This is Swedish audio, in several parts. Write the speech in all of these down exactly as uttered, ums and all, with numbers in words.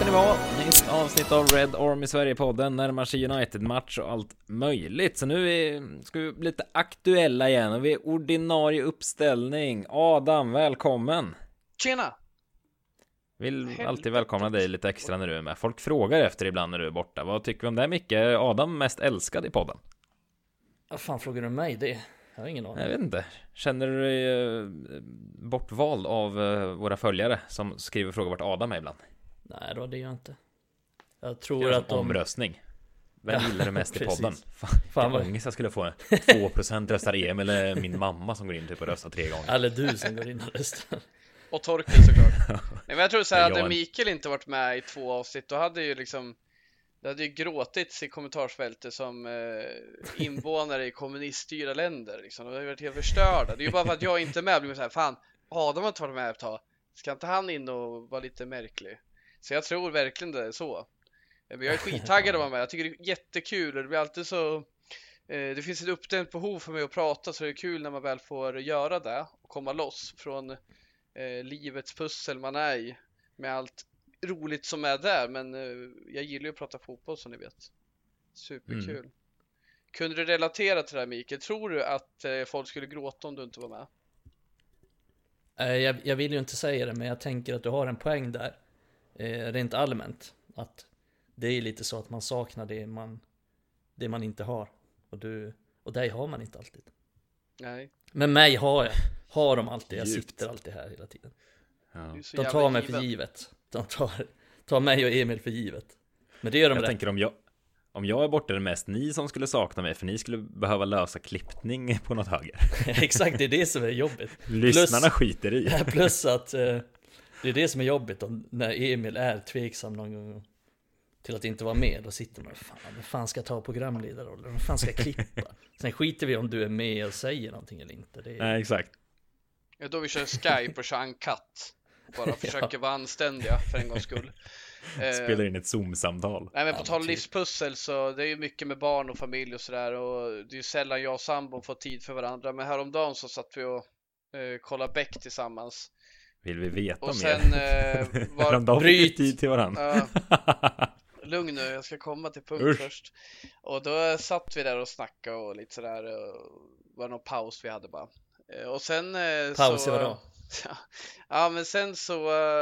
ni vara. Nytt avsnitt av Red Army Sverige-podden. Närmar sig United-match och allt möjligt. Så nu är, ska vi bli lite aktuella igen. Och vi är ordinarie uppställning. Adam, välkommen. Tjena. Vill Helvete. alltid välkomna dig lite extra när du är med. Folk frågar efter ibland när du är borta. Vad tycker vi om det, Micke? Är Adam mest älskad i podden? Vad fan frågar du mig det? Jag har ingen aning. Jag vet inte. Känner du dig eh, bortvald av eh, våra följare som skriver frågor vart Adam är ibland? Nej då, det gör jag inte. Jag tror Gör att de... omröstning. Vem gillar du mest i podden? Fan, Fan vad vad... ångest jag skulle få. två procent röstar Emil eller min mamma som går in typ och röstar tre gånger. Eller du som går in och röstar. Och Torkel såklart. Nej, men jag tror så här, Jag hade en- Mikael inte varit med i två avsnitt, då hade ju liksom det hade ju gråtits i kommentarsfältet som eh, invånare i kommuniststyrda länder liksom. De hade varit helt förstörda. Det är ju bara för att jag inte är med, blir så här, fan, Adam har inte varit med ett tag. Ska inte han in och vara lite märklig? Så jag tror verkligen det är så. Men jag är skittaggad att vara med. Jag tycker det är jättekul. Det blir alltid så eh, det finns ett uppdämt behov för mig att prata, så det är kul när man väl får göra det och komma loss från eh, livets pussel man är i med allt roligt som är där. Men eh, jag gillar ju att prata fotboll, som ni vet. Superkul. Mm. Kunde du relatera till det här, Mikael? Tror du att eh, folk skulle gråta om du inte var med? Eh, jag, jag vill ju inte säga det, men jag tänker att du har en poäng där. Eh, rent allmänt. Att det är lite så att man saknar det man, det man inte har. Och, du, och dig har man inte alltid. Nej. Men mig har jag. Har de alltid. Jag Djupt. sitter alltid här hela tiden. Ja. Du är så De jävla tar mig given. för givet. De tar, tar mig och Emil för givet. Men det gör de Jag rätt. tänker om jag Om jag är borta är det mest ni som skulle sakna mig, för ni skulle behöva lösa klippning på något höger. Exakt, det är det som är jobbigt. Lyssnarna skiter i. Plus att eh, det är det som är jobbigt om, när Emil är tveksam någon gång till att inte vara med. Då sitter man, fan, vad fan ska jag ta programledarrollen? Vad fan ska jag klippa? Sen skiter vi om du är med och säger någonting eller inte. Det är... Nej, exakt. Ja, då vi kör Skype och kör en katt. Bara försöker vara anständiga för en gångs skull. Eh, Spelar in ett Zoom-samtal. Nej, men på Ja, tal om typ. livspussel, så det är ju mycket med barn och familj och sådär. Och det är ju sällan jag och sambon får tid för varandra. Men häromdagen så satt vi och eh, kollade Beck tillsammans. Vill vi veta Och mer? sen eh, var... De har Bryt. tid till varandra. Ja. Lugn nu, jag ska komma till punkt Usch. först. Och då satt vi där och snackade och lite sådär. Och var någon paus vi hade bara. Eh, Och sen eh, Paus så... i vadå? Ja, men sen så eh,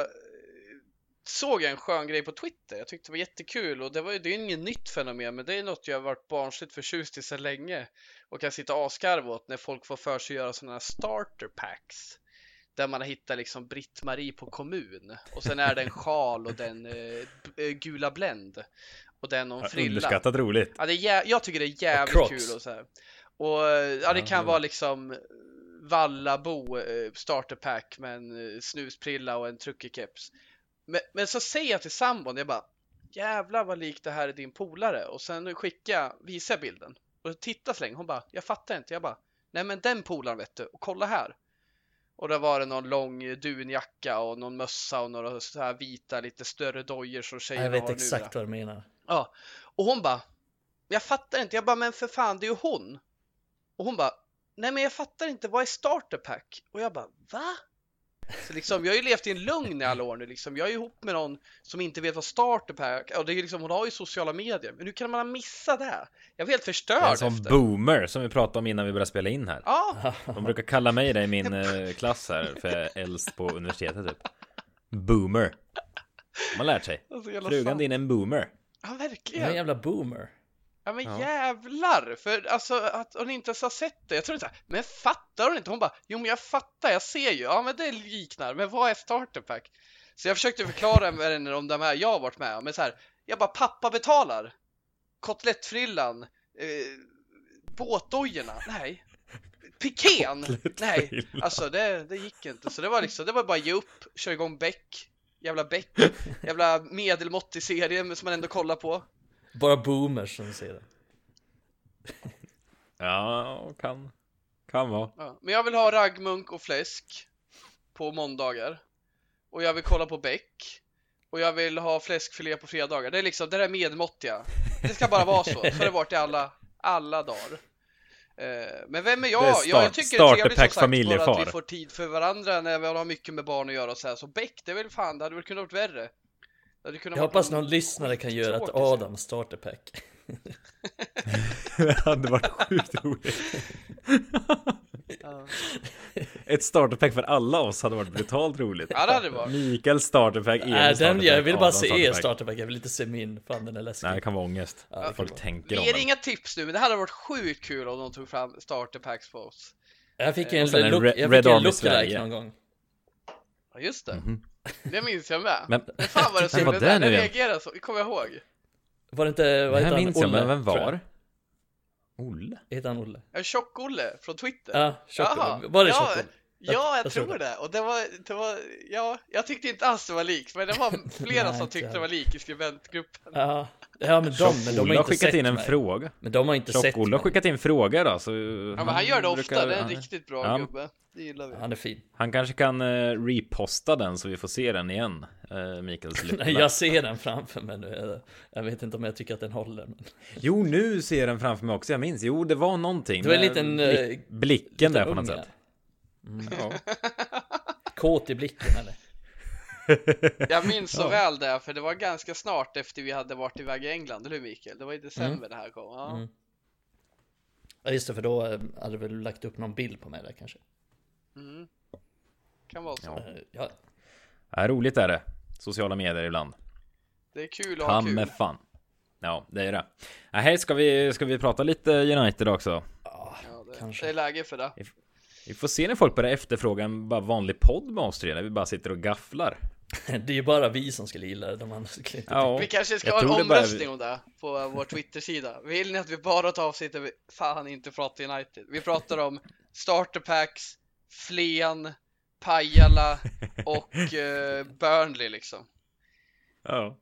såg jag en skön grej på Twitter. Jag tyckte det var jättekul. Och det, var, det är ju inget nytt fenomen, men det är något jag har varit barnsligt förtjust i så länge. Och kan sitta askarv åt när folk får för sig att göra sådana här starter packs. Där man har hittat liksom Britt-Marie på kommun. Och sen är det en sjal och den eh, b- gula Blend. Och den om frilla. Underskattat roligt. Ja, det är jä- jag tycker det är jävligt Och kul Crocs. och så här. Och eh, ja, det Ja, kan det- vara liksom Vallabo eh, starterpack med en eh, snusprilla och en truckerkeps. Men, men så säger jag till sambon, jag bara, jävlar vad likt det här är din polare. Och sen skickar jag, visar jag bilden. Och tittar så länge, hon bara, jag fattar inte. Jag bara, nej men den polaren vet du, och kolla här. Och där var det någon lång dunjacka och någon mössa och några så här vita lite större dojor som tjejerna Jag har vet nu. exakt vad du menar. Ja, och hon bara, jag fattar inte. Jag bara, men för fan, det är ju hon. Och hon bara, nej men jag fattar inte, vad är starterpack? Och jag bara, va? Så liksom, jag har ju levt i en lugn i alla år nu liksom. Jag är ihop med någon som inte vet vad starterpack är. Och det är liksom, hon har ju sociala medier. Men hur kan man missa det? Jag var helt Det är förstörd en sån efter. boomer som vi pratade om innan vi började spela in här. Ja, De brukar kalla mig det i min eh, klass här, för jag är äldst på universitetet typ. Boomer. Man har lärt sig. alltså, jävla Frugan sant. din är en boomer. Ja, Jag är en verkligen. jävla boomer. Ja men Ja. jävlar, för alltså att hon inte ens har sett det. Jag tror inte så här, men fattar hon inte? Hon bara, jo men jag fattar, jag ser ju. Ja men det liknar, men vad är starterpack? Så jag försökte förklara med henne om de här jag har varit med om. Men så här, jag bara, pappa betalar. Kotlettfrillan. Eh, båtdojorna, nej. Pikén, nej. Alltså det, det gick inte. Så det var liksom, det var bara att ge upp, köra igång Beck. Jävla Beck. Jävla medelmåttig serie som man ändå kollar på. Bara boomers som ser det. Ja, kan, kan vara. Ja, men jag vill ha raggmunk och fläsk på måndagar. Och jag vill kolla på Beck. Och jag vill ha fläskfilé på fredagar. Det är liksom, det där medelmåttiga. Det ska bara vara så. Så har det varit i alla, alla dagar. Eh, men vem är jag? Det är start- jag, jag tycker det är trevligt som starterpack sagt bara familjefar. att vi får tid för varandra när vi har mycket med barn att göra och så här. Så Beck, det är väl fan, det hade väl kunnat varit värre. Det Jag hoppas någon lyssnare kan göra ett Adam starterpack. Det hade varit sjukt roligt. Ja. Ett starterpack för alla oss hade varit brutalt roligt. Ja, det hade varit. Mikael starterpack, Emil Nej, den, starterpack, jag vill bara Adam se er starterpack. starterpack. Jag vill inte se min. Fan, den är läskig. Nej, det kan vara ångest. Ja, Folk vara. tänker om Ge den. inga tips nu, men det hade varit sjukt kul om de tog fram starterpacks på oss. Jag fick Eh, en, och sen en look, Red- jag Red fick en Army lookalike Sverige. någon gång. Ja, just det. Mhm. Det minns jag med. Men, Men fan vad det Vem så var det det där, nu jag igen? reagerade så, kommer jag ihåg. Var det inte, vad det heter här han? minns jag, Olle, men vem tror jag. var? Olle? Heter han Olle? Ja, Tjock-Olle från Twitter. Ja, Tjock Jaha. Olle. Var det Ja, Tjock Olle? Ja, jag, jag tror tror det. det. Och det var, det var, ja, jag tyckte inte alls det var likt, men det var flera Nej, som inte tyckte jag. det var lik i skribentgruppen. Ja, ja men de, men de har Olle har inte skickat sett in en mig. fråga. Men de har inte sett Tjock-Olle har mig. skickat in frågor då, så Ja, men han gör det ofta, brukar- det är en han- riktigt bra Ja. gubbe. Det gillar vi. Han är fin. Han kanske kan uh, reposta den så vi får se den igen, uh, Mikaels Nej, lycka. jag ser den framför mig nu. Jag, jag vet inte om jag tycker att den håller. Men... Jo, nu ser jag den framför mig också, jag minns. Jo, det var någonting. Det var en med liten, blick- eh, blicken där liten på något unge. sätt. Mm. Ja. Kåt i blicken eller? Jag minns så Ja. väl det, för det var ganska snart efter vi hade varit iväg i England, eller hur Mikael? Det var i december det här kom. Ja. Mm. Ja just det, för då eh, hade du väl lagt upp någon bild på mig där kanske. Mm. Kan vara så. Ja. Eh, Ja, Ja, roligt är det. Sociala medier ibland. Det är kul att ha Ta kul. med fan. Ja, det är det. Ja, hej, ska vi, ska vi prata lite United också? Ja, det, kanske. det är läge för det. Vi får se när folk börjar efterfråga en bara vanlig podd med oss tre, när vi bara sitter och gafflar. det är ju bara vi som skulle gilla det. Man skulle inte Ja, Vi kanske ska jag ha en tror det bara- omröstning om det på vår Twitter-sida. Vill ni att vi bara tar avsnitt där vi fan inte pratar United? Vi pratar om starterpacks, Flen, Pajala och eh, Burnley liksom. Ja.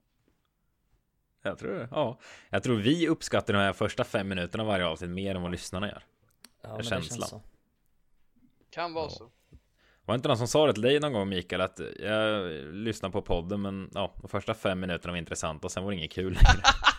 Jag tror det. Ja. Jag tror vi uppskattar de här första fem minuterna varje avsnitt mer än vad lyssnarna gör. Ja, men det känslan. känns så. Kan vara Ja. så. Var det inte någon som sa det till dig någon gång, Mikael, att jag lyssnar på podden, men ja, de första fem minuterna var intressanta och sen var det inget kul längre.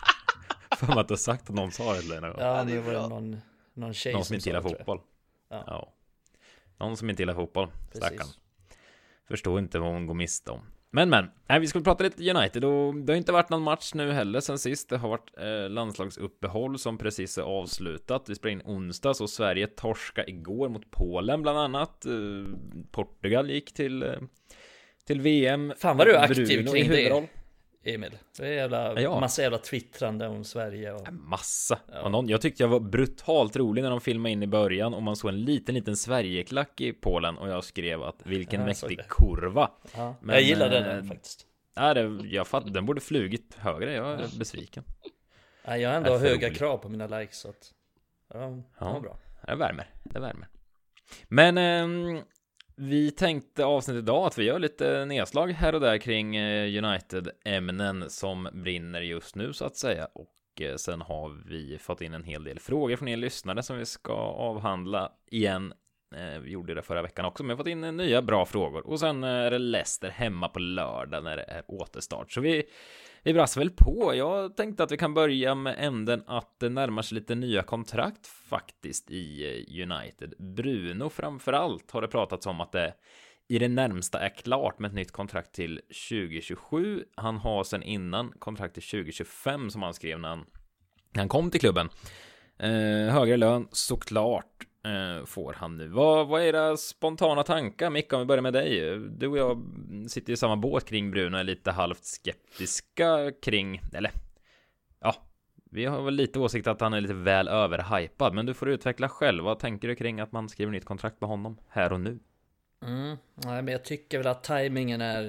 För att du har sagt att någon sa det till dig någon gång. Ja, det är det var bra. det någon, någon tjej Någon som inte sa gillar det, tror jag. fotboll. Ja. Ja. Någon som inte gillar fotboll. Stackarn. Precis. Förstår inte vad hon går miste om. Men men, nej, vi skulle prata lite United och det har inte varit någon match nu heller sen sist. Det har varit eh, landslagsuppehåll som precis är avslutat. Vi spelar in onsdag, så Sverige torska igår mot Polen bland annat. Eh, Portugal gick till eh, till V M. Fan vad du är aktiv Bruno i kring huvudroll. det, Emil. Det är jävla, Ja. massa jävla twittrande om Sverige och... Massa. Ja. Och någon, jag tyckte jag var brutalt rolig när de filmade in i början och man såg en liten liten Sverigeklack i Polen och jag skrev att vilken Ja, jag såg mäktig det. kurva. Ja. Men, jag gillade eh, den faktiskt. Nej, det, jag fatt, den borde flugit högre. Jag är besviken. Ja, jag har ändå är för höga rolig. krav på mina likes så att... Ja, det Ja. var bra. Det värmer, det värmer. Men ehm, vi tänkte avsnitt idag att vi gör lite nedslag här och där kring eh, United-ämnen som brinner just nu så att säga. Och eh, sen har vi fått in en hel del frågor från er lyssnare som vi ska avhandla igen. Eh, vi gjorde det förra veckan också, men vi har fått in eh, nya bra frågor. Och sen eh, är det Leicester hemma på lördag när det är återstart. Så vi, vi brassar väl på. Jag tänkte att vi kan börja med änden att det närmar sig lite nya kontrakt faktiskt i eh, United. Bruno framförallt har det pratats om att det i det närmsta är klart med ett nytt kontrakt till tjugo tjugosju. Han har sedan innan kontrakt till tjugo tjugofem som han skrev när han, när han kom till klubben. Eh, högre lön såklart eh, får han nu. Vad, vad är era spontana tankar, Micke, om vi börjar med dig? Du och jag sitter i samma båt kring Bruno och är lite halvt skeptiska kring, eller ja, vi har väl lite åsikt att han är lite väl överhypad, men du får utveckla själv. Vad tänker du kring att man skriver nytt kontrakt med honom här och nu? Mm. Nej, men jag tycker väl att tajmingen är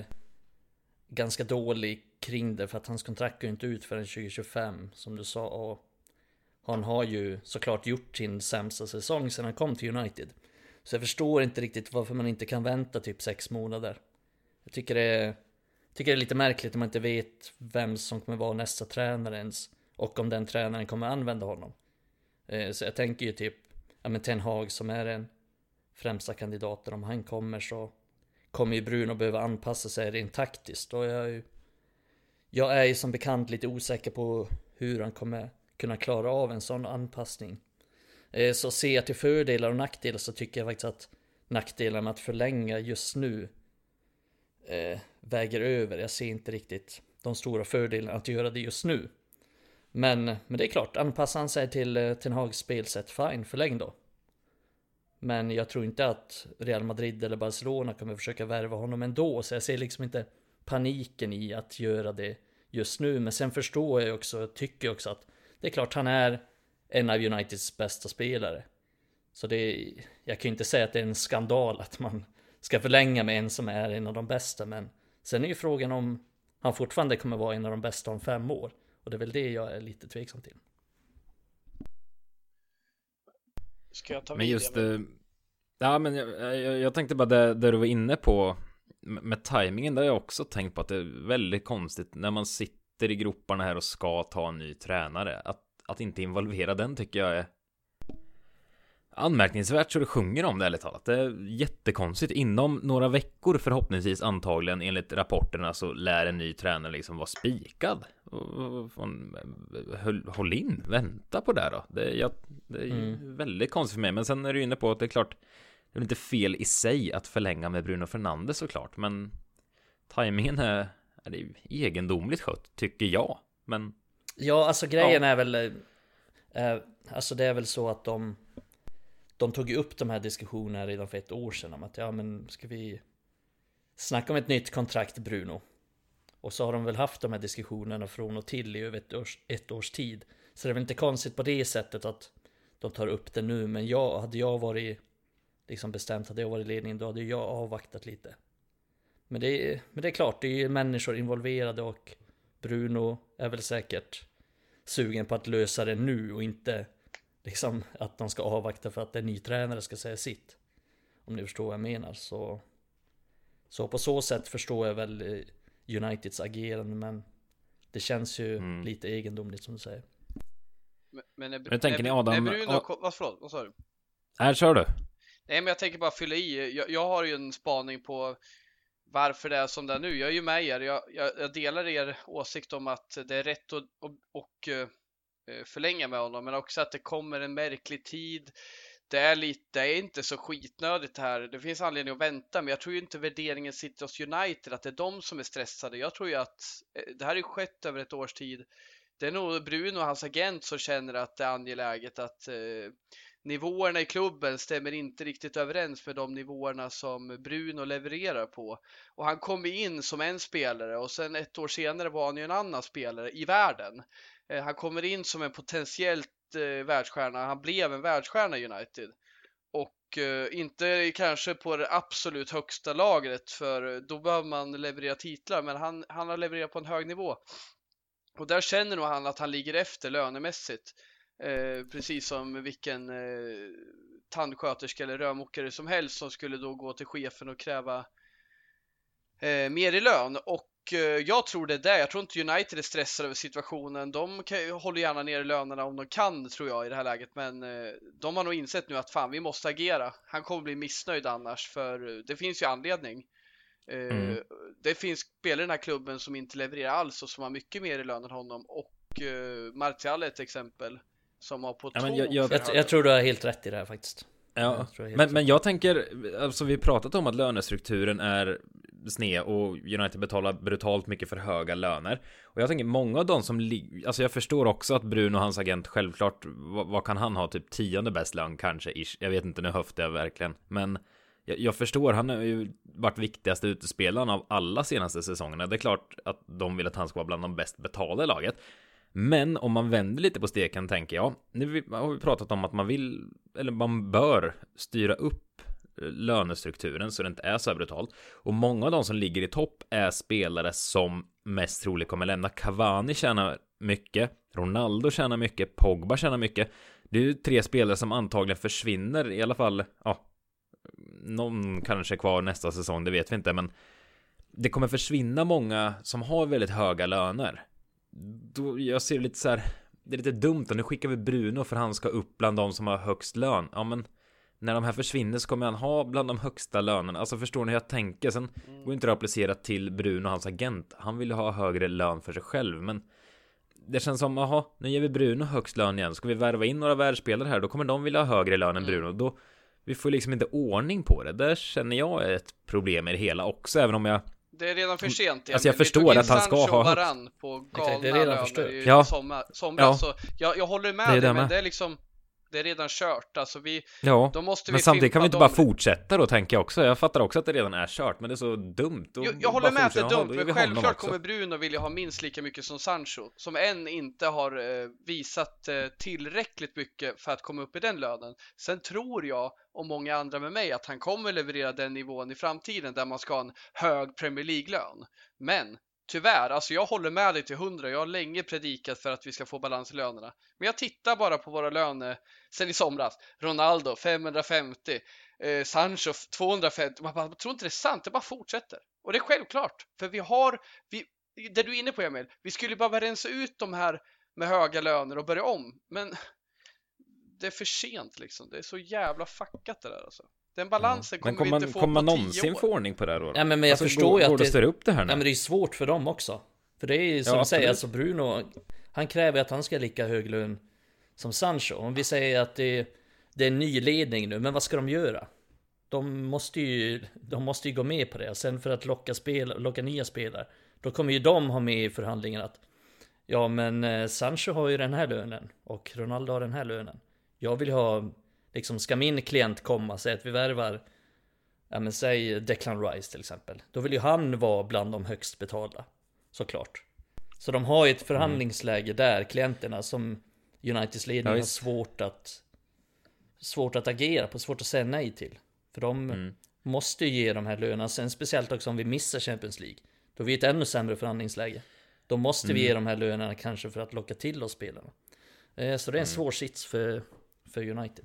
ganska dålig kring det, för att hans kontrakt går inte ut förrän tjugo tjugofem som du sa, och han har ju såklart gjort sin sämsta säsong sedan han kom till United. Så jag förstår inte riktigt varför man inte kan vänta typ sex månader. Jag tycker det är, tycker det är lite märkligt om man inte vet vem som kommer vara nästa tränare ens, och om den tränaren kommer använda honom. Så jag tänker ju typ ja, men Ten Hag som är den främsta kandidaten, om han kommer så kommer ju Bruno behöva anpassa sig rent taktiskt, och jag är ju, jag är ju som bekant lite osäker på hur han kommer kunna klara av en sån anpassning. Så ser jag till fördelar och nackdelar, så tycker jag faktiskt att nackdelarna med att förlänga just nu eh, väger över. Jag ser inte riktigt de stora fördelarna att göra det just nu. Men, men det är klart, anpassar han sig till Ten Hags spelsätt, fine, förläng då. Men jag tror inte att Real Madrid eller Barcelona kommer försöka värva honom ändå. Så jag ser liksom inte paniken i att göra det just nu. Men sen förstår jag också, tycker också att det är klart han är en av Uniteds bästa spelare. Så det är, jag kan ju inte säga att det är en skandal att man ska förlänga med en som är en av de bästa. Men sen är ju frågan om han fortfarande kommer vara en av de bästa om fem år. Och det är väl det jag är lite tveksam till. Ska jag ta men just med? Ja, men jag, jag, jag tänkte bara där, där du var inne på med, med tajmingen, där har jag också tänkt på att det är väldigt konstigt när man sitter i groparna här och ska ta en ny tränare. Att, att inte involvera den tycker jag är anmärkningsvärt så det sjunger om det, ärligt talat. Det är jättekonstigt. Inom några veckor förhoppningsvis antagligen enligt rapporterna så lär en ny tränare liksom vara spikad. Håll, håll in, vänta på det då. Det är, jag, det är mm. väldigt konstigt för mig. Men sen är du inne på att det är klart, det är inte fel i sig att förlänga med Bruno Fernandes såklart. Men tajmingen är, är det egendomligt skött, tycker jag. Men ja, alltså grejen ja. är väl äh, alltså det är väl så att de De tog ju upp de här diskussionerna redan för ett år sedan om att ja men ska vi snacka om ett nytt kontrakt Bruno. Och så har de väl haft de här diskussionerna från och till i över ett års, ett års tid. Så det är väl inte konstigt på det sättet att de tar upp det nu. Men jag, hade jag varit liksom bestämt, hade jag varit ledningen, då hade jag avvaktat lite. Men det är, men det är klart, det är ju människor involverade och Bruno är väl säkert sugen på att lösa det nu och inte liksom att de ska avvakta för att en ny tränare ska säga sitt. Om ni förstår vad jag menar. Så, så på så sätt förstår jag väl Uniteds agerande. Men det känns ju mm. lite egendomligt som du säger. Men, men är, jag tänker ni Adam... Är Bruno, oh. vad, förlåt, vad sa du? Här kör du. Nej, men jag tänker bara fylla i. Jag, jag har ju en spaning på varför det är som det är nu. Jag är ju med er. Jag, jag, jag delar er åsikt om att det är rätt att och, och, förlänga med honom, men också att det kommer en märklig tid. Det är lite, det är inte så skitnödigt här. Det finns anledning att vänta, men jag tror ju inte värderingen sitter hos United, att det är de som är stressade. Jag tror ju att det här är skett över ett års tid. Det är nog Bruno och hans agent som känner att det är angeläget att eh, nivåerna i klubben stämmer inte riktigt överens med de nivåerna som Bruno levererar på. Och han kom in som en spelare och sen ett år senare var han ju en annan spelare i världen. Eh, han kommer in som en potentiellt eh, världsstjärna. Han blev en världsstjärna i United. Och eh, inte kanske på det absolut högsta lagret, för då behöver man leverera titlar. Men han, han har levererat på en hög nivå. Och där känner nog han att han ligger efter lönemässigt. Eh, precis som vilken eh, tandsköterska eller rörmokare som helst som skulle då gå till chefen och kräva eh, mer i lön. Och eh, jag tror det är det. Jag tror inte United är stressade över situationen. De kan, håller gärna ner lönerna om de kan, tror jag, i det här läget. Men eh, de har nog insett nu att fan, vi måste agera. Han kommer bli missnöjd annars, för det finns ju anledning. Mm. Det finns spelare i den här klubben som inte levererar alls och som har mycket mer i lön än honom. Och uh, Martial är ett exempel som har på ja, två jag, jag, jag, jag tror du har helt rätt i det här faktiskt. Ja, jag men, men jag tänker, alltså vi har pratat om att lönestrukturen är sned och United betalar brutalt mycket för höga löner. Och jag tänker många av de som ligger, alltså jag förstår också att Bruno och hans agent, självklart, vad, vad kan han ha, typ tionde bäst lön kanske, ish. Jag vet inte, nu höftar jag verkligen. Men jag, jag förstår, han har ju varit viktigaste utespelaren av alla senaste säsongerna. Det är klart att de vill att han ska vara bland de bäst betalda i laget. Men om man vänder lite på steken, tänker jag, nu har vi pratat om att man vill, eller man bör styra upp lönestrukturen så det inte är så brutalt. Och många av de som ligger i topp är spelare som mest troligt kommer lämna. Cavani tjänar mycket, Ronaldo tjänar mycket, Pogba tjänar mycket. Det är ju tre spelare som antagligen försvinner, i alla fall, ja, någon kanske kvar nästa säsong, det vet vi inte, men det kommer försvinna många som har väldigt höga löner. Då, jag ser lite så här, det är lite dumt, och nu skickar vi Bruno för han ska upp bland de som har högst lön. Ja, men när de här försvinner så kommer han ha bland de högsta lönerna. Alltså förstår ni hur jag tänker? Sen mm. går inte det att applicera till Bruno och hans agent. Han vill ha högre lön för sig själv, men det känns som, aha, nu ger vi Bruno högst lön igen. Ska vi värva in några världsspelare här, då kommer de vilja ha högre lön än Bruno. Då vi får liksom inte ordning på det. Där känner jag ett problem med det hela också, även om jag Det är redan för sent. Alltså jag förstår att han ska ha varann på galna det är redan löner förstört. i Ja. sommar, somras. Ja. Så jag, jag håller med Det är dig, det men med. det är liksom det är redan kört. Alltså vi, Ja, då måste vi men samtidigt kan vi inte fimpa bara dem. fortsätta då, tänker jag också. Jag fattar också att det redan är kört, men det är så dumt. Och Jag, jag håller bara med att det är fortsätta. dumt, Ja, då gör men vi honom självklart också. kommer Bruno vilja ha minst lika mycket som Sancho, som än inte har eh, visat eh, tillräckligt mycket för att komma upp i den lönen. Sen tror jag, och många andra med mig, att han kommer leverera den nivån i framtiden där man ska ha en hög Premier League-lön. Men tyvärr, alltså jag håller med dig till hundra. Jag har länge predikat för att vi ska få balans i lönerna. Men jag tittar bara på våra löner sen i somras. Ronaldo femhundrafemtio, eh, Sancho tvåhundrafemtio. Man bara, tror inte det är sant, det bara fortsätter. Och det är självklart, för vi har, vi, det du är inne på Emil, vi skulle bara rensa ut de här med höga löner och börja om. Men det är för sent liksom. Det är så jävla fuckat det där alltså. Den balansen Men kommer kommer vi man, inte få kommer man på tio någonsin år. få ordning på det här då? Ja, men, men jag Alltså, förstår går, ju att går det att det, styra upp det här nu? ja, men det är svårt för dem också. För det är ju som Ja, du säger, absolut. alltså Bruno, han kräver att han ska ha lika hög lön som Sancho. Om vi säger att det, det är en ny ledning nu, men vad ska de göra? De måste ju, de måste ju gå med på det. Och sen för att locka, spel, locka nya spelare, då kommer ju de ha med i förhandlingen att ja, men eh, Sancho har ju den här lönen och Ronaldo har den här lönen. Jag vill ha, liksom, ska min klient komma, säga att vi värvar, ja men säg Declan Rice till exempel, då vill ju han vara bland de högst betalda, såklart. Så de har ju ett förhandlingsläge där klienterna, som Uniteds ledning Ja, har visst. svårt att svårt att agera på, svårt att säga nej till. För de Mm. måste ju ge de här lönerna. Sen speciellt också om vi missar Champions League, då är vi i ett ännu sämre förhandlingsläge. Då måste vi ge de här lönerna kanske för att locka till oss spelarna. Eh, Så det är en svår sits för, för United.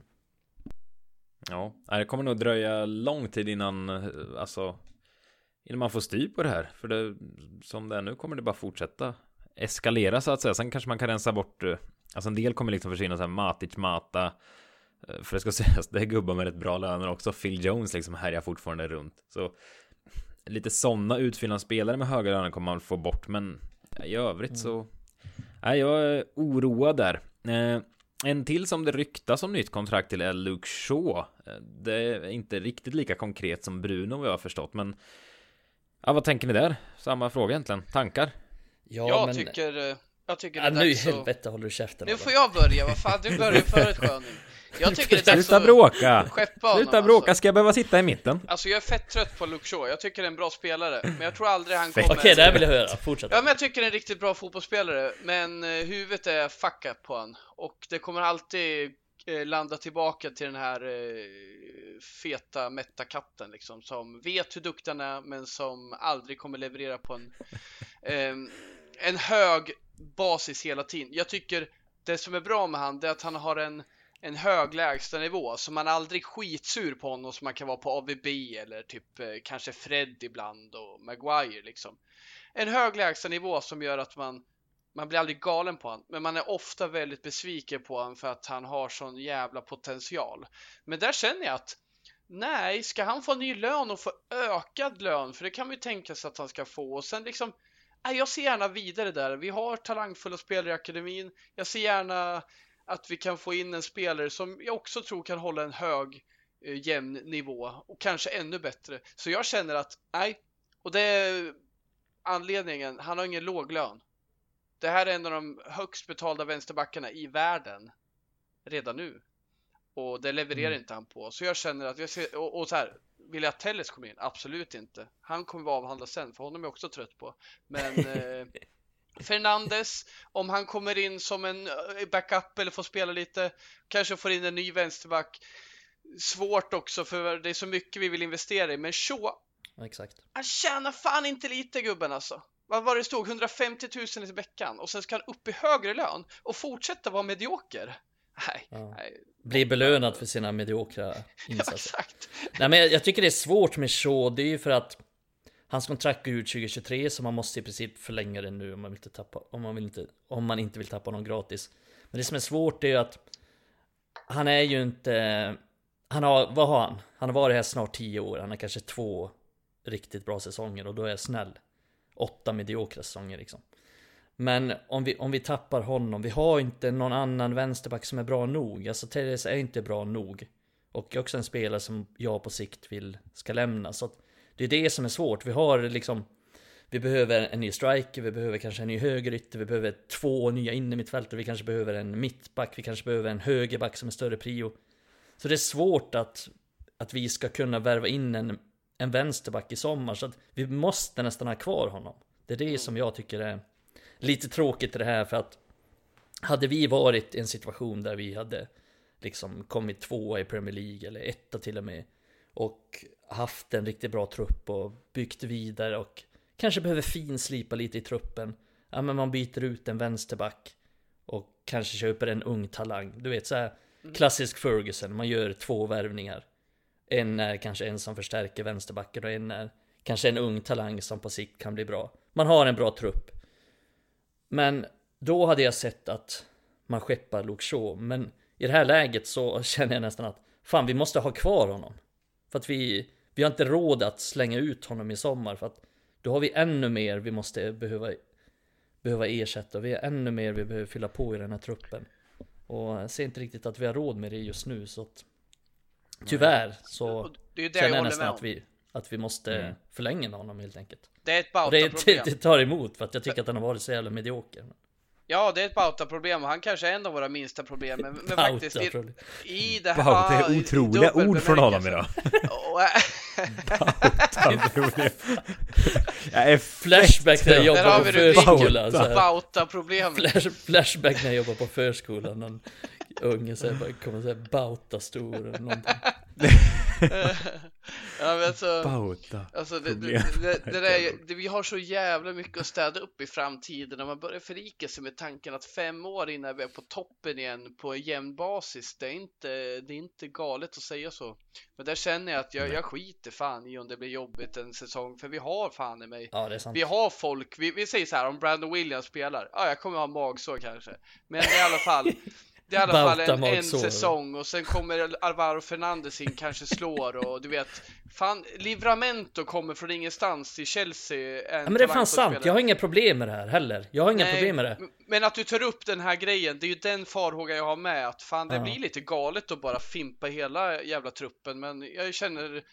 Ja, det kommer nog dröja lång tid innan, alltså, innan man får styr på det här. För det, som det är nu kommer det bara fortsätta eskalera så att säga. Sen kanske man kan rensa bort, alltså en del kommer liksom försvinna, så här Matic, Mata. För det ska sägas, det är gubbar med rätt bra löner också. Phil Jones liksom härjar fortfarande runt. Så lite sådana utfyllande spelare med höga löner kommer man få bort. Men i övrigt så, nej, jag är oroad där. Eh, En till som det ryktas om nytt kontrakt till är Luke Shaw. Det är inte riktigt lika konkret som Bruno, vad jag har förstått. Men ja, vad tänker ni där? Samma fråga egentligen. Tankar? Ja, jag men... tycker, eh, jag tycker det Ja, är nu i dags att... helvete håller du käften. Nu Adam. får jag börja, vad fan, du börjar förut sköning. Jag tycker det är dags Sluta att bråka! skeppa honom, Sluta bråka, alltså. ska jag behöva sitta i mitten? Alltså jag är fett trött på Luke Shaw, jag tycker det är en bra spelare. Men jag tror aldrig han Fett. kommer... Okej, det här vill jag höra. Fortsätt. Ja, men jag tycker det är en riktigt bra fotbollsspelare. Men eh, huvudet är fuckat på han. Och det kommer alltid eh, landa tillbaka till den här eh, feta, mätta katten liksom, som vet hur duktig han är, men som aldrig kommer leverera på en, eh, en hög basis hela tiden. Jag tycker det som är bra med han, det är att han har en, en hög lägsta nivå, så man aldrig skitsur på honom som man kan vara på A V B eller typ eh, kanske Fred ibland och Maguire liksom. En hög lägsta nivå som gör att man man blir aldrig galen på han, men man är ofta väldigt besviken på han för att han har sån jävla potential. Men där känner jag att nej, ska han få ny lön och få ökad lön, för det kan vi tänka sig att han ska få, och sen liksom nej, jag ser gärna vidare där. Vi har talangfulla spelare i akademin. Jag ser gärna att vi kan få in en spelare som jag också tror kan hålla en hög eh, jämn nivå och kanske ännu bättre. Så jag känner att nej, och det är anledningen, han har ingen låg lön. Det här är en av de högst betalda vänsterbackarna i världen redan nu. Och det levererar mm. inte han på. Så jag känner att jag ser, och, och så här, vill jag att Telles kommer in? Absolut inte. Han kommer vara avhandlad sen, för honom är jag också trött på. Men eh, Fernandes, om han kommer in som en backup eller får spela lite, kanske får in en ny vänsterback. Svårt också, för det är så mycket vi vill investera i. Men Shaw, Exakt. han tjänar fan inte lite, gubben alltså. Vad var det stod? hundrafemtio tusen i veckan. Och sen ska han upp i högre lön och fortsätta vara medioker. Nej, ja. nej. Bli belönad för sina mediokra insatser. Ja, exakt. Nej, men jag, jag tycker det är svårt med Shaw. Det är ju för att hans kontrakt går ut tjugo tjugotre, så man måste i princip förlänga det nu om man, vill inte tappa, om man, vill inte, om man inte vill tappa någon gratis. Men det som är svårt är ju att han är ju inte... Han har, vad har han? Han har varit här snart tio år. Han har kanske två riktigt bra säsonger, och då är jag snäll. Åtta mediokra säsonger liksom. Men om vi, om vi tappar honom, vi har inte någon annan vänsterback som är bra nog. Alltså Telles är inte bra nog. Och också en spelare som jag på sikt vill ska lämna. Så att det är det som är svårt. Vi har liksom vi behöver en ny striker, vi behöver kanske en ny högerytter, vi behöver två nya innermittfältare, vi kanske behöver en mittback, vi kanske behöver en högerback som är större prio. Så det är svårt att, att vi ska kunna värva in en, en vänsterback i sommar, så att vi måste nästan ha kvar honom. Det är det som jag tycker är lite tråkigt i det här, för att hade vi varit i en situation där vi hade liksom kommit tvåa i Premier League eller etta till och med, och haft en riktigt bra trupp och byggt vidare och kanske behöver finslipa lite i truppen, ja, men man byter ut en vänsterback och kanske köper en ung talang. Du vet, så här klassisk Ferguson, man gör två värvningar. En är kanske en som förstärker vänsterbacken och en är kanske en ung talang som på sikt kan bli bra. Man har en bra trupp. Men då hade jag sett att man skeppar Luke Shaw. Men i det här läget så känner jag nästan att fan, vi måste ha kvar honom. För att vi, vi har inte råd att slänga ut honom i sommar, för att då har vi ännu mer vi måste behöva, behöva ersätta. Vi har ännu mer vi behöver fylla på i den här truppen. Och jag ser inte riktigt att vi har råd med det just nu. Så att, tyvärr så det är det känner jag jag nästan med att vi, att vi måste Mm. förlänga med honom helt enkelt. Det är ett Och det, Bauta-problem. det, det tar emot, för att jag tycker att han har varit så jävla medioker. Ja, det är ett Bauta-problem och han kanske är en av våra minsta problem. Men, men faktiskt i, Bauta-problem. i det här... Wow, det är otroliga ord från honom idag. Och, äh, Jag är Flashback när jag Där jobbar har på vi rubriken. förskolan. så här. Bauta-problem. Flash, flashback när jag jobbar på förskolan. Någon unge så här, bara kommer säga Bauta stor eller någonting. Ja, men alltså, Bauta. alltså det, det, Problem. det, det där, det, vi har så jävla mycket att städa upp i framtiden, och man börjar förlika sig med tanken att fem år innan vi är på toppen igen på jämn basis, det är inte, det är inte galet att säga så. Men där känner jag att jag, jag skiter fan i om det blir jobbigt en säsong, för vi har fan i mig. Ja, det är sant. Vi har folk, vi, vi säger så här, om Brandon Williams spelar, ja, jag kommer ha magsår kanske, men i alla fall det är i alla fall Bauta en, en magsår. säsong, och sen kommer Alvaro Fernandes in, kanske slår, och du vet, fan, Livramento kommer från ingenstans till Chelsea. En Ja, men det är fan sant, jag har inga problem med det här heller. Jag har inga Nej, problem med det. Men att du tar upp den här grejen, det är ju den farhågan jag har med, att fan, det Ja. blir lite galet att bara fimpa hela jävla truppen, men jag känner,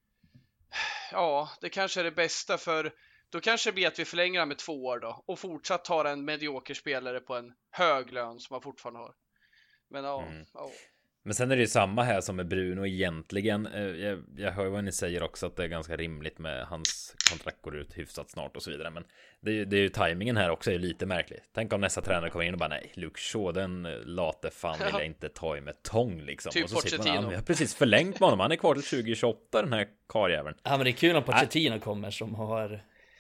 ja, det kanske är det bästa, för då kanske det blir att vi förlänger med två år då, och fortsatt tar en medioker spelare på en hög lön som man fortfarande har. Men ja, Mm. ja. Men sen är det ju samma här som med Bruno egentligen. Eh, Jag, jag hör vad ni säger också, att det är ganska rimligt med hans kontrakt går ut hyfsat snart och så vidare. Men det är ju, det är ju tajmingen här också är lite märklig. Tänk om nästa tränare kommer in och bara nej, Luke Shaw, den late fan vill jag inte ta i med tång liksom. Typ och så sitter man, Pochettino. jag har precis förlängt med honom, han är kvar till tjugo tjugoåtta den här karjäveln. Ja, men det är kul om Pochettino kommer som har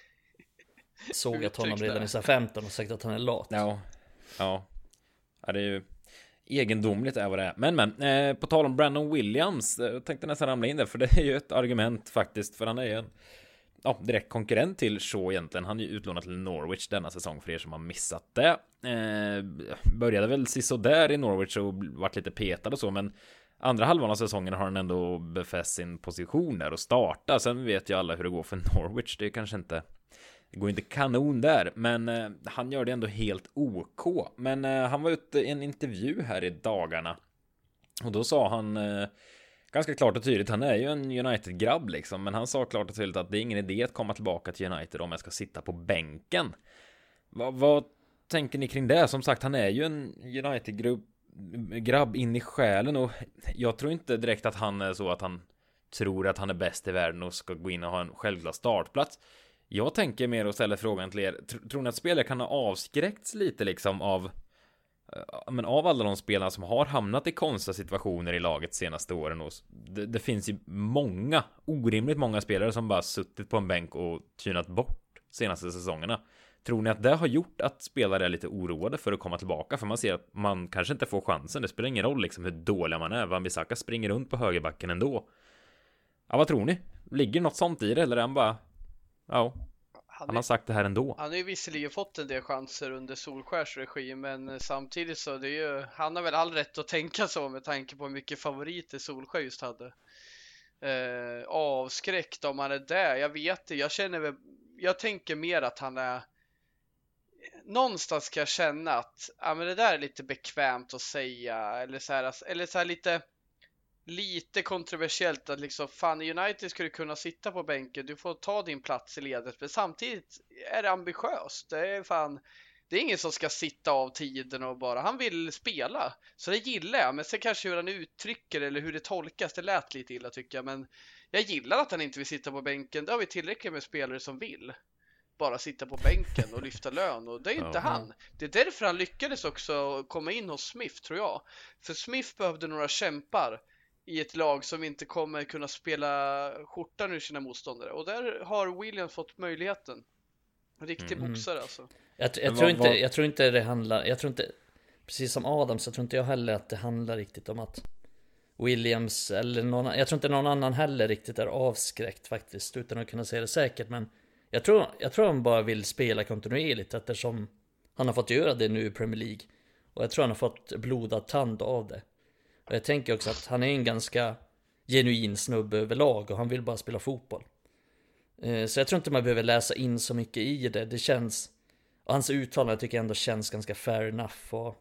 sågat honom redan i så här femton och sagt att han är lat. Ja, ja, ja det är ju egendomligt är vad det är. Men men, eh, på tal om Brandon Williams, eh, jag tänkte nästan ramla in där, för det är ju ett argument faktiskt, för han är ju en ja, direkt konkurrent till Shaw egentligen. Han är ju utlånad till Norwich denna säsong, för er som har missat det. Eh, började väl sisådär i Norwich och varit lite petad och så, men andra halvan av säsongen har han ändå befäst sin position där och starta. Sen vet ju alla hur det går för Norwich, det är kanske inte, det går inte kanon där, men eh, han gör det ändå helt OK. Men eh, han var ute i en intervju här i dagarna, och då sa han eh, ganska klart och tydligt, han är ju en United-grabb liksom, men han sa klart och tydligt att det är ingen idé att komma tillbaka till United om jag ska sitta på bänken. Va, vad tänker ni kring det? Som sagt, han är ju en United-grabb in i själen, och jag tror inte direkt att han är så att han tror att han är bäst i världen och ska gå in och ha en självklar startplats. Jag tänker mer och ställer frågan till er, tror ni att spelare kan ha avskräckts lite liksom av men av alla de spelarna som har hamnat i konstiga situationer i laget senaste åren? Och det, det finns ju många, orimligt många spelare som bara suttit på en bänk och tynat bort senaste säsongerna. Tror ni att det har gjort att spelare är lite oroade för att komma tillbaka? För man ser att man kanske inte får chansen. Det spelar ingen roll liksom hur dåliga man är. Wan-Bissaka springer runt på högerbacken ändå. Ja, vad tror ni? Ligger något sånt i det, eller är han bara, ja, han, han har sagt det här ändå? Han har ju visserligen fått en del chanser under Solskjärs regim, men samtidigt så det är ju, han har väl all rätt att tänka så med tanke på hur mycket favoriter Solskjær just hade. Eh, avskräckt om han är där, jag vet det, jag känner väl, jag tänker mer att han är, någonstans ska jag känna att ja, men det där är lite bekvämt att säga, eller så här, eller så här lite, lite kontroversiellt att liksom fan i United skulle kunna sitta på bänken, du får ta din plats i ledet, men samtidigt är det ambitiöst. Det är fan, det är ingen som ska sitta av tiden och bara, han vill spela, så det gillar jag. Men sen kanske hur han uttrycker eller hur det tolkas, det lät lite illa tycker jag, men jag gillar att han inte vill sitta på bänken. Det har vi tillräckligt med spelare som vill bara sitta på bänken och lyfta lön, och det är ju inte Ja. han. Det är därför han lyckades också komma in hos Smith, tror jag. För Smith behövde några kämpar i ett lag som inte kommer kunna spela skjortan ur sina motståndare, och där har Williams fått möjligheten. En riktig Mm. boxare alltså. Jag, jag, Men tror vad- inte, vad- jag tror inte det handlar, jag tror inte, precis som Adam så tror inte jag heller att det handlar riktigt om att Williams eller någon, jag tror inte någon annan heller riktigt är avskräckt faktiskt, utan att kunna säga det säkert, men jag tror, jag tror han bara vill spela kontinuerligt eftersom han har fått göra det nu i Premier League, och jag tror han har fått blodad tand av det. Och jag tänker också att han är en ganska genuin snubbe överlag, och han vill bara spela fotboll. Eh, Så jag tror inte man behöver läsa in så mycket i det. Det känns, och hans uttalande tycker jag ändå känns ganska fair enough, och,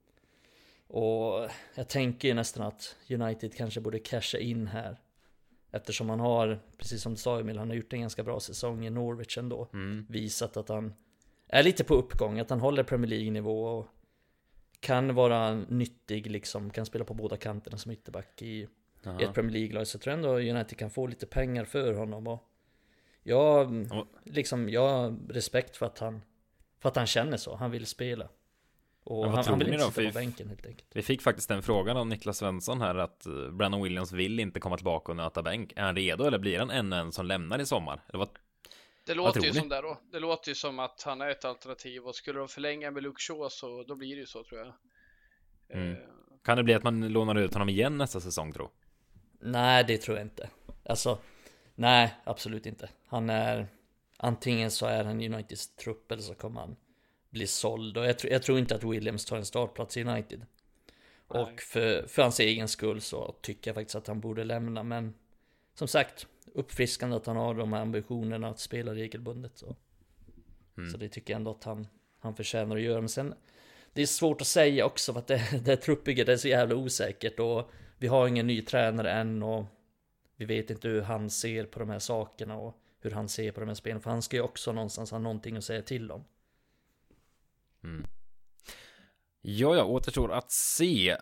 och jag tänker ju nästan att United kanske borde casha in här, eftersom han har, precis som du sa Emil, han har gjort en ganska bra säsong i Norwich ändå. Mm. Visat att han är lite på uppgång, att han håller Premier League-nivå och kan vara nyttig liksom, kan spela på båda kanterna som ytterback i Ja. i ett Premier League-lag. Så jag tror ändå United kan få lite pengar för honom, och jag, Och- liksom, jag har respekt för att han för att han känner så, han vill spela. Och Men vad han, tror han vill ni inte då? sitta För på vi- bänken helt enkelt. Vi fick faktiskt den frågan av Niklas Svensson här, att eh, Brandon Williams vill inte komma tillbaka och nöta bänk. Är han redo, eller blir han ännu en som lämnar i sommar? Eller vad? Det låter tror ju ni? som det då. Det låter ju som att han är ett alternativ, och skulle de förlänga med Luke Shaw så då blir det ju så, tror jag. Mm. Eh, Kan det bli att man lånar ut honom igen nästa säsong, tror? Nej, det tror jag inte. Alltså, nej, absolut inte. Han är, antingen så är han Uniteds trupp, eller så kommer han bli såld. Och jag, tror- jag tror inte att Williams tar en startplats i United. Nej. Och för, för hans egen skull så tycker jag faktiskt att han borde lämna. Men som sagt, uppfriskande att han har de här ambitionerna att spela regelbundet. Så, Mm. så det tycker jag ändå att han, han förtjänar att göra. Men sen, det är svårt att säga också, för att det, det truppbygget är så jävla osäkert. Och vi har ingen ny tränare än, och vi vet inte hur han ser på de här sakerna och hur han ser på de här spelen. För han ska ju också någonstans ha någonting att säga till om. Mm. Ja, ja, återstår att se.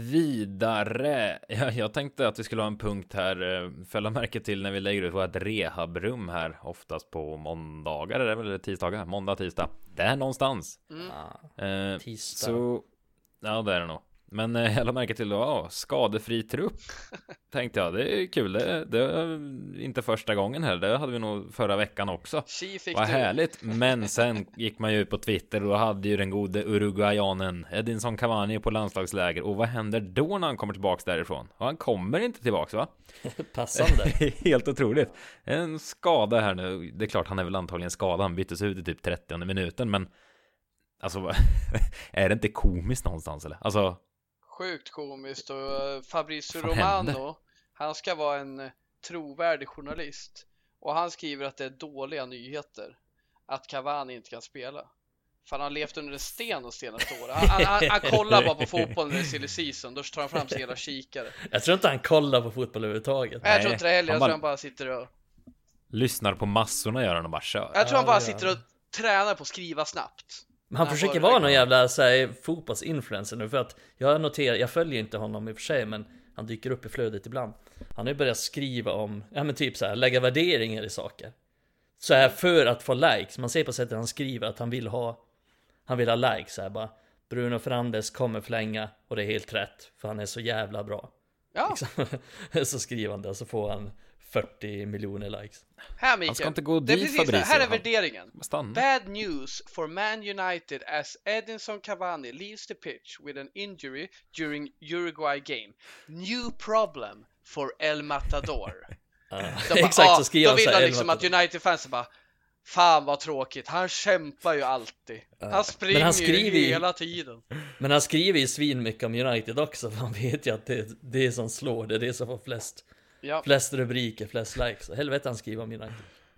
Vidare. Ja, jag tänkte att vi skulle ha en punkt här. eh, Fälla märke till när vi lägger ut vårt rehabrum här. Oftast på måndagar, eller eller tisdagar. Måndag, tisdag. Där någonstans. mm. Ah, Eh, tisdag. så, ja, det är det nog. Men eh, jag la märke till då, ja, skadefri trupp. Tänkte jag, det är kul. Det, det är inte första gången här. Det hade vi nog förra veckan också. Chi fick Vad du. härligt. Men sen gick man ju ut på Twitter och då hade ju den gode Uruguayanen Edinson Cavani på landslagsläger. Och vad händer då när han kommer tillbaks därifrån? Och han kommer inte tillbaks, va? Passande. Helt otroligt. En skada här nu. Det är klart, han är väl antagligen skadad. Han byttes ut i typ trettionde minuten. Men alltså, vad- är det inte komiskt någonstans, eller? Alltså, Sjukt komiskt. Och eh, Fabrizio Vad hände? Romano, han ska vara en eh, trovärdig journalist, och han skriver att det är dåliga nyheter att Cavani inte kan spela. För han har levt under en sten de senaste åren. Han, han, han, han kollar bara på fotbollen när det är silly season. Då tar han fram sin hela kikare. Jag tror inte han kollar på fotboll överhuvudtaget. Nej, jag tror inte det heller. han Jag bara- tror han bara sitter och lyssnar på massorna, gör han och bara kör. Jag tror han Ja, bara det gör sitter och tränar på att skriva snabbt. Men han Ja, försöker var det vara någon verkligen? jävla så här, fotbollsinfluencer nu, för att jag noterar, jag följer inte honom i och för sig, men han dyker upp i flödet ibland. Han har ju börjat skriva om, ja men typ så här, lägga värderingar i saker. Så här för att få likes. Man ser på sättet han skriver att han vill ha, han vill ha likes så här bara. Bruno Fernandes kommer flänga, och det är helt rätt, för han är så jävla bra. Ja, Liksom. Så skriver han det, och så får han fyrtio miljoner likes. här Mikael. Han ska inte gå det är dit, precis det. Fabrizio. Här är Han- värderingen. Stanna. Bad news for Man United as Edinson Cavani leaves the pitch with an injury during Uruguay game. New problem for El Matador. Ja, De bara, exakt, ah, så skriver då han vill så han här, liksom att United-fansen bara, fan vad tråkigt, han kämpar ju alltid. Han springer Men han skriver ju ju- hela tiden. Men han skriver ju svin mycket om United också, för han vet ju att det är det som slår, det är det som får flest, Ja, flest rubriker, flest likes. Helvete han skriver om United.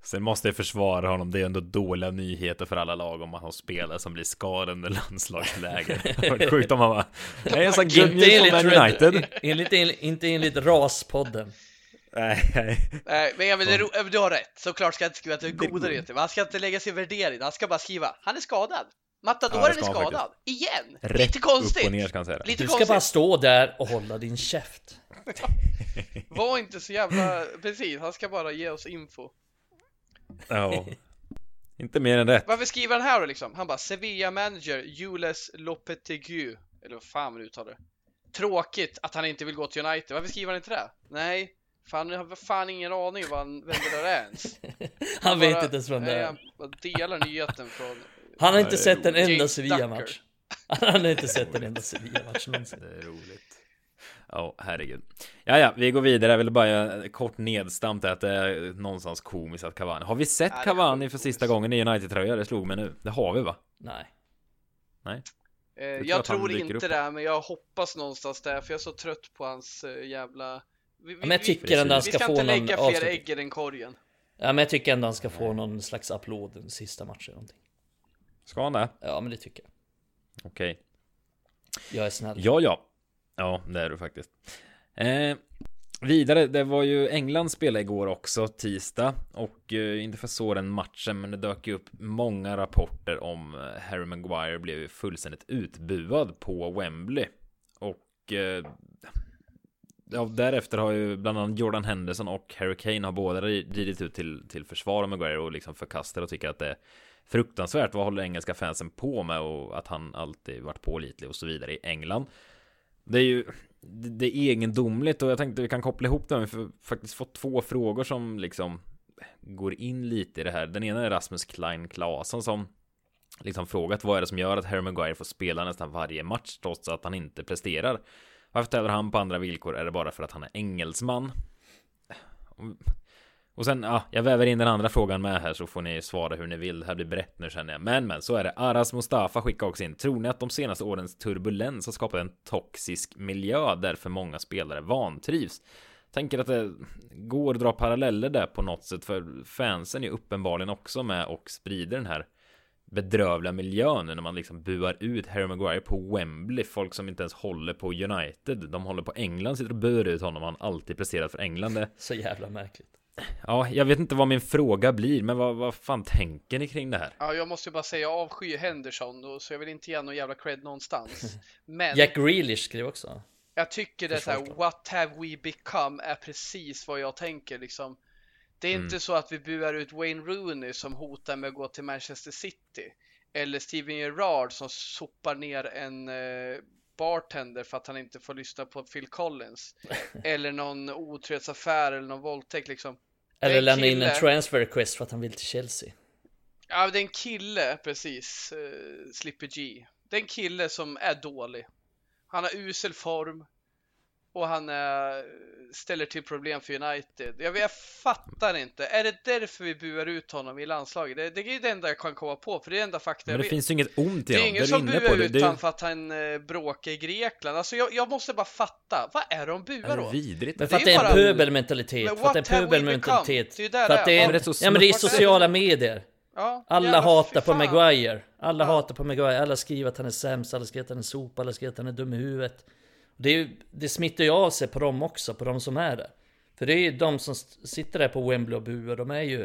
Sen måste jag försvara honom. Det är ändå dåliga nyheter för alla lag om man har spelare som blir skadade under landslagsläger. Det var sjukt om man bara, nej, jag sa good news från Man United. Enligt, enligt, inte enligt raspodden. Nej, nej. Nej, men, ja, men det, ro- du har rätt. Såklart ska jag inte skriva att det är goda nyheter. Han ska inte lägga sin värdering. Han ska bara skriva, han är skadad. Matadoren Ja, är det ska han skadad. Igen. Rätt Lite konstigt. upp och ner, ska han säga. Lite Du ska konstigt. bara stå där och hålla din käft. Var inte så jävla... Precis, han ska bara ge oss info. Ja. Inte mer än rätt. Varför skriver han här då liksom? Han bara, Sevilla manager Jules Lopetegui. Eller vad fan man uttalar det. Tråkigt att han inte vill gå till United. Varför skriver han inte det? Nej, fan, jag har fan ingen aning vad han, vem det där är ens. Han bara, vet inte ens vem det nej, är. Han bara delar nyheten från... Han har inte Nej, sett en enda James Sevilla-match. Han har inte sett en enda Sevilla-match någonsin. Det är roligt. Ja, oh, herregud. Ja, ja, vi går vidare. Jag vill bara göra kort nedstamt att det är någonstans komiskt att Cavani. Har vi sett Ja, Cavani för komiskt. sista gången i United-tröja? Det slog mig nu. Det har vi, va? Nej. Nej. Eh, tror jag att han tror dyker inte upp. det, men jag hoppas någonstans där. För jag är så trött på hans eh, jävla... Vi, vi, Men jag vi, tycker ändå han vi ska ska få inte någon lägga fler avslutning. ägg i den korgen. Ja, men jag tycker ändå han ska få någon slags applåd den sista matchen eller någonting. Ska han det? Ja, men det tycker jag. Okej. Jag är snäll. Ja, ja. Ja, det är du faktiskt. Eh, vidare, det var ju England spelade igår också, tisdag. Och eh, inte för så den matchen, men det dök ju upp många rapporter om eh, Harry Maguire blev ju fullständigt utbuad på Wembley. Och eh, ja, därefter har ju bland annat Jordan Henderson och Harry Kane har båda ridit ut till, till försvar av Maguire och liksom förkastar och tycker att det är fruktansvärt. Vad håller engelska fansen på med och att han alltid varit pålitlig och så vidare i England. Det är ju det är egendomligt och jag tänkte vi kan koppla ihop det. Vi har faktiskt fått två frågor som liksom går in lite i det här. Den ena är Rasmus Klein Claesson som liksom frågat vad är det som gör att Harry Maguire får spela nästan varje match trots att han inte presterar. Varför tävlar han på andra villkor? Är det bara för att han är engelsman? Och sen, ja, jag väver in den andra frågan med här så får ni svara hur ni vill. Det här blir brett nu känner jag. Men, men, så är det. Aras Mustafa skickar också in. Tror ni att de senaste årens turbulens har skapat en toxisk miljö där för många spelare vantrivs? Tänker att det går att dra paralleller där på något sätt. För fansen är uppenbarligen också med och sprider den här bedrövliga miljön när man liksom buar ut Harry Maguire på Wembley. Folk som inte ens håller på United. De håller på England, sitter och buar ut honom. Han alltid presterat för England. Så jävla märkligt. Ja, jag vet inte vad min fråga blir, men vad, vad fan tänker ni kring det här? Ja, jag måste ju bara säga, jag avskyr Henderson då, så jag vill inte ge någon jävla cred någonstans. Men Jack Grealish skrev också. jag tycker det är så här, Försvarsplan. what have we become är precis vad jag tänker liksom. Det är Mm. inte så att vi buar ut Wayne Rooney som hotar med att gå till Manchester City. Eller Steven Gerrard som sopar ner en eh, bartender för att han inte får lyssna på Phil Collins. Eller någon otrohetsaffär eller någon våldtäkt liksom. Det är Eller en lämna in kille- en transfer request för att han vill till Chelsea. Ja, det är en kille, precis. Uh, Slippy G. Det är en kille som är dålig. Han har usel form. Och han är, ställer till problem för United. Jag, jag fattar inte. Är det därför vi buar ut honom i landslaget? Det, det är det enda jag kan komma på. För det är enda fakta Men jag det vet. finns ju inget ont i Det är honom. ingen är som inne buar på det. ut Det är honom för att han eh, bråkar i Grekland. Alltså jag, jag måste bara fatta. Vad är det de buar är då? vidrigt. Men för Det är att det är bara- en pöbelmentalitet. Men För att det what är en have we pöbelmentalitet. become? Det är ju där För att det det är. är, Men det är så ja, men det är smart. sociala medier. Ja, Alla jävla hatar fy på fan. Maguire. Alla Ja. hatar på Maguire. Alla skriver att han är sämst. Alla skriver att han är sopa. Alla skriver att han är dum i huvudet. Det, är ju, det smittar ju av sig på dem också. På de som är där. För det är ju de som st- sitter där på Wembley och buar. De är ju...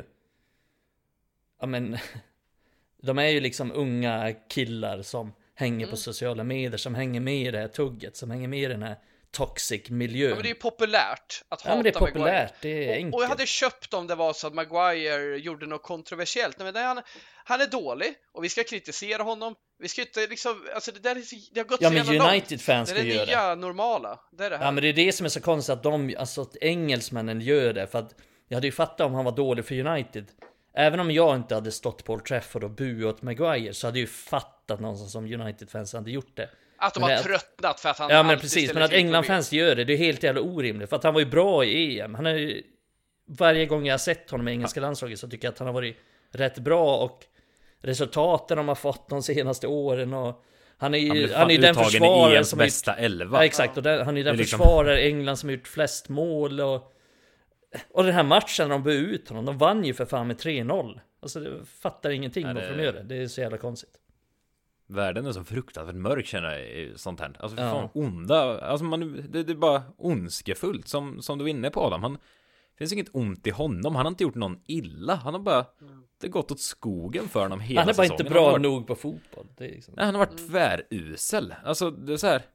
Ja men... De är ju liksom unga killar som hänger Mm. på sociala medier. Som hänger med i det här tugget. Som hänger med i den här toxic miljön. Ja, men det är ju populärt att hata Ja men det är Maguire. populärt. Det är Och, enkelt. och jag hade köpt om det var så att Maguire gjorde något kontroversiellt. Nej, men det, han, han är dålig och vi ska kritisera honom. Vi ska inte liksom, alltså det där är så, det har gått Ja så men jävla långt. United-fans Det ska är det göra det. nya normala. Det är det här. Ja men det är det som är så konstigt att de, alltså att engelsmännen gör det. För att jag hade ju fattat om han var dålig för United. Även om jag inte hade stått på Old Trafford och buat åt Maguire så hade jag ju fattat någonstans som United-fans hade gjort det. att de men har det- tröttnat för att han Ja men alltid precis, ställer men att till problem. England-fans gör det, det är helt jävla orimligt. För att han var ju bra i E M. Han är ju, varje gång jag har sett honom i engelska landslaget så tycker jag att han har varit rätt bra. Och resultaten de har fått de senaste åren och han är ju, Han han, blev är fan ju den uttagen i försvararen E M:s som har gjort, bästa elva. ja, exakt, och den, han är ju den Det är liksom- försvarare i England som har gjort flest mål och Och den här matchen de började ut honom, de vann ju för fan med tre noll. Alltså det fattar ingenting Nej, det... varför de gör det. Det är så jävla konstigt. Världen är så fruktansvärt mörk, känner jag, i sånt här. Alltså Ja. fan onda, alltså man, det, det är bara ondskefullt, som, som du var inne på Adam. Han, det finns inget ont i honom, han har inte gjort någon illa. Han har bara, det har gått åt skogen för honom hela Han är bara säsongen. inte bra Han har varit, nog på fotboll. Det är liksom... nej, han har varit tvärusel. Alltså det är så här,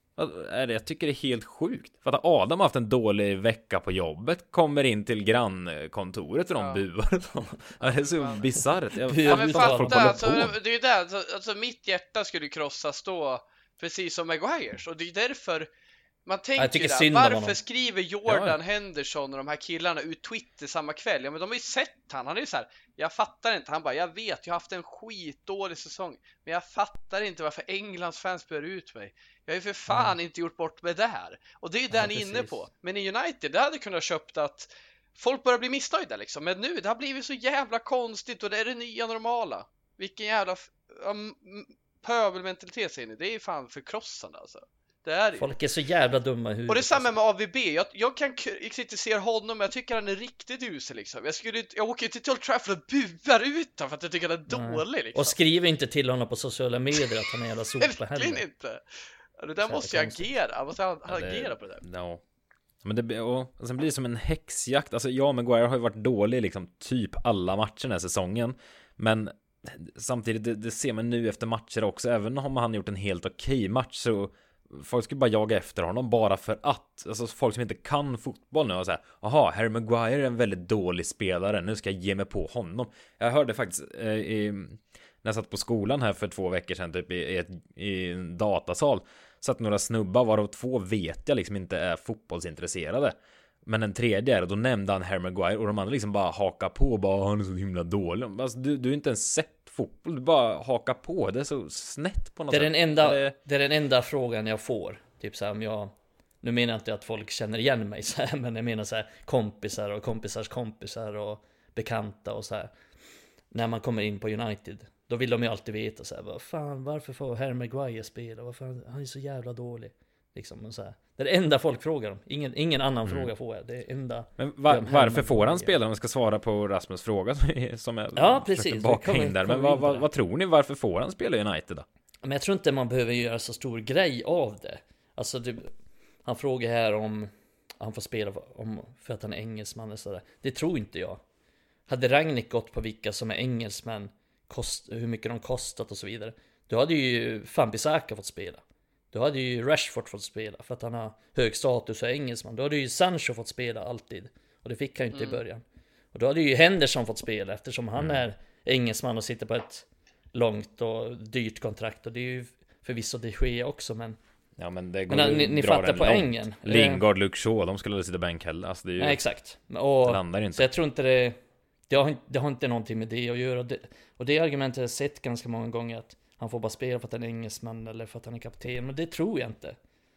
är det, jag tycker det är helt sjukt. För att Adam har haft en dålig vecka på jobbet, kommer in till grannkontoret och de Ja. buar. Ja, det är så bisarrt. Jag Ja, Ja, fattar men inte att folk fatta, håller alltså, på. det är ju där, alltså, alltså mitt hjärta skulle krossas då, precis som Maguires, och det är därför man tänker jag tycker där, synd om varför honom. skriver Jordan Ja, ja. Henderson och de här killarna ut Twitter samma kväll? Ja, men de har ju sett han, han är ju så här, jag fattar inte, han bara, jag vet, jag har haft en skitdålig säsong, men jag fattar inte varför Englands fans bör ut mig. Jag har ju för fan inte gjort bort med det här. Och det är ju det Ja, han är inne precis. på. Men i United, det hade kunnat köpt att folk börjar bli missnöjda liksom. Men nu, det har blivit så jävla konstigt och det är det nya normala. Vilken jävla f- um, pöbelmentalitet säger ni. Det är fan förkrossande alltså. Det är det ju. Folk är så jävla dumma i huvudet. Och det är samma alltså. med A V B. Jag, jag kan k- kritisera honom, men jag tycker han är riktigt usel liksom. Jag skulle inte, jag åker inte till Old Trafford och buar ut honom för att jag tycker han är Nej. dålig liksom. Och skriver inte till honom på sociala medier att han är en jävla sopa Verkligen heller. inte. Ja, det där Så måste jävla jag konstigt. agera. Jag måste Ja, agera på det där. Ja. Men det, och, och sen blir det som en häxjakt. Alltså ja, Maguire har ju varit dålig liksom typ alla matcher den här säsongen. Men samtidigt, det, det ser man nu efter matcher också. Även om han gjort en helt okej match, så folk skulle bara jaga efter honom bara för att. Alltså folk som inte kan fotboll nu och säga, aha, Harry Maguire är en väldigt dålig spelare, nu ska jag ge mig på honom. Jag hörde faktiskt eh, i, när jag satt på skolan här för två veckor sedan typ i, i, ett, i en datasal, satt några snubbar, varav två vet jag liksom inte är fotbollsintresserade. Men den tredje är, och då nämnde han Harry Maguire, och de andra liksom bara hakar på och bara, han är så himla dålig. Alltså, du, du har inte ens sett fotboll, du bara hakar på. Det är så snett på något Det är, sätt. den enda, det... det är den enda frågan jag får. Typ så här, om jag... Nu menar jag inte att folk känner igen mig så här, men jag menar så här, kompisar och kompisars kompisar och bekanta och så här. När man kommer in på United, då vill de ju alltid veta så här, vad fan, varför får Harry Maguire spela? Vad fan, han är så jävla dålig. Liksom, och så här. Det är det enda folk frågar om. Ingen, ingen annan Mm. fråga får jag. Det är enda. Men var, de här varför får han Maguire. spela? Om vi ska svara på Rasmus fråga som jag Ja, försökte precis. baka Vi kommer- in där. kommer Men vad, in på vad, det. vad tror ni? Varför får han spela i United då? Men jag tror inte man behöver göra så stor grej av det. Alltså det, han frågar här om han får spela om, för att han är engelsman och sådär. Det tror inte jag. Hade Rangnick gått på vilka som är engelsmän, kost, hur mycket de kostat och så vidare, då hade ju Wan-Bissaka fått spela. Då hade ju Rashford fått spela för att han har hög status och är engelsman. Då hade ju Sancho fått spela alltid. Och det fick han ju inte Mm. i början. Och då hade ju Henderson fått spela eftersom han är engelsman och sitter på ett långt och dyrt kontrakt. Och det är ju förvisso det sker också, men Ja, men det går Men ju ni, ni dra fattar den poängen. långt. Lingard, Luke Shaw, de skulle aldrig sitta bänk heller. Alltså, det är ju, Nej, exakt. det Och, landar inte. så jag tror inte det, det har, inte- det har inte någonting med det att göra. Det, och det argumentet har jag sett ganska många gånger, att han får bara spela för att han är engelsman eller för att han är kapten. Men det tror jag inte.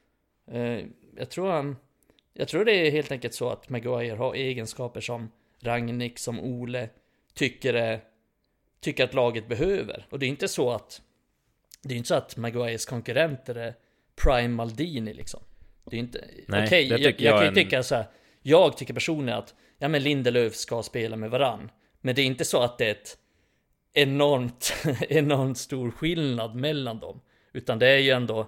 Eh, jag tror han, jag tror det är helt enkelt så att Maguire har egenskaper som Rangnick, som Ole tycker är, tycker att laget behöver. Och det är inte så att det är inte så att Maguires konkurrenter är Prime Maldini liksom. Det är inte, Nej, okej, det jag, jag, tycker jag kan ju en- tycka så här. Jag tycker personligen att ja, men Lindelöf ska spela med varann. Men det är inte så att det är ett enormt, enormt stor skillnad mellan dem. Utan det är ju ändå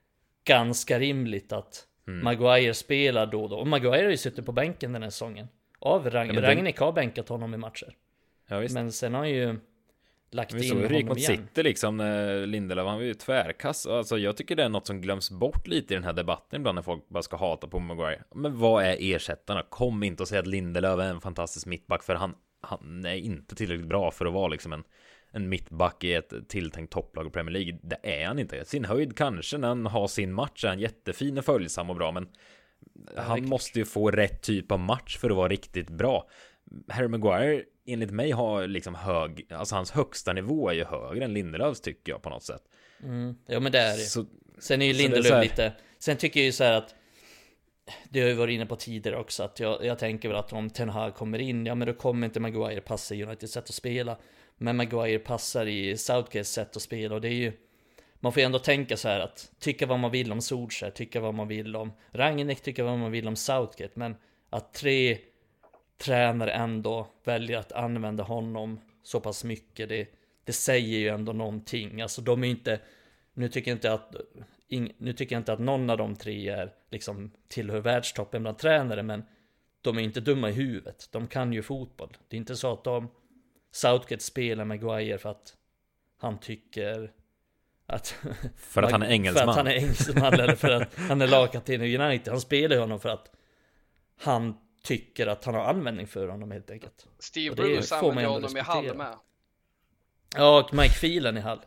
ganska rimligt att Mm. Maguire spelar då och då. Och Maguire har ju suttit på bänken den här säsongen. Av Rang- Ja, men det- Rangnick har bänkat honom i matcher. Ja, visst. Men sen har han ju lagt Vi in såg hur det gick honom mot igen. City liksom, när Lindelöf, han var ju tvärkass. Alltså, jag tycker det är något som glöms bort lite i den här debatten ibland när folk bara ska hata på Maguire. Men vad är ersättarna? Kom inte och säga att Lindelöf är en fantastisk mittback, för han, han är inte tillräckligt bra för att vara liksom en, en mittback i ett tilltänkt topplag i Premier League. Det är han inte. Sin höjd kanske när han har sin match är han jättefin och följsam och bra, men han klart. måste ju få rätt typ av match för att vara riktigt bra. Harry Maguire enligt mig har liksom hög, alltså hans högsta nivå är ju högre än Lindelöfs tycker jag på något sätt. Mm. Ja, men det är det. Så, Sen är ju så det är Lindelöf så här- lite. Sen tycker jag ju så här att det har jag varit inne på tidigare också, att jag, jag tänker väl att om Ten Hag kommer in, ja men då kommer inte Maguire passa i Uniteds sätt att spela. Men Maguire passar i Southgates sätt att spela, och det är ju, man får ju ändå tänka så här att tycka vad man vill om Solskjaer, tycka vad man vill om Rangnick, tycka vad man vill om Southgate, men att tre tränare ändå väljer att använda honom så pass mycket, det, det säger ju ändå någonting. Alltså de är inte, nu tycker jag inte att in, nu tycker jag inte att någon av de tre är liksom tillhör världstoppen bland tränare, men de är inte dumma i huvudet. De kan ju fotboll. Det är inte så att de Southgate spelar Maguire för att han tycker att för att han är engelsman. För att han är engelsman eller för att han är lagkapten i United. Han spelar ju honom för att han tycker att han har användning för honom helt enkelt. Steve Bruce använder honom i Hall med. Ja, och Mike Phelan i Hall.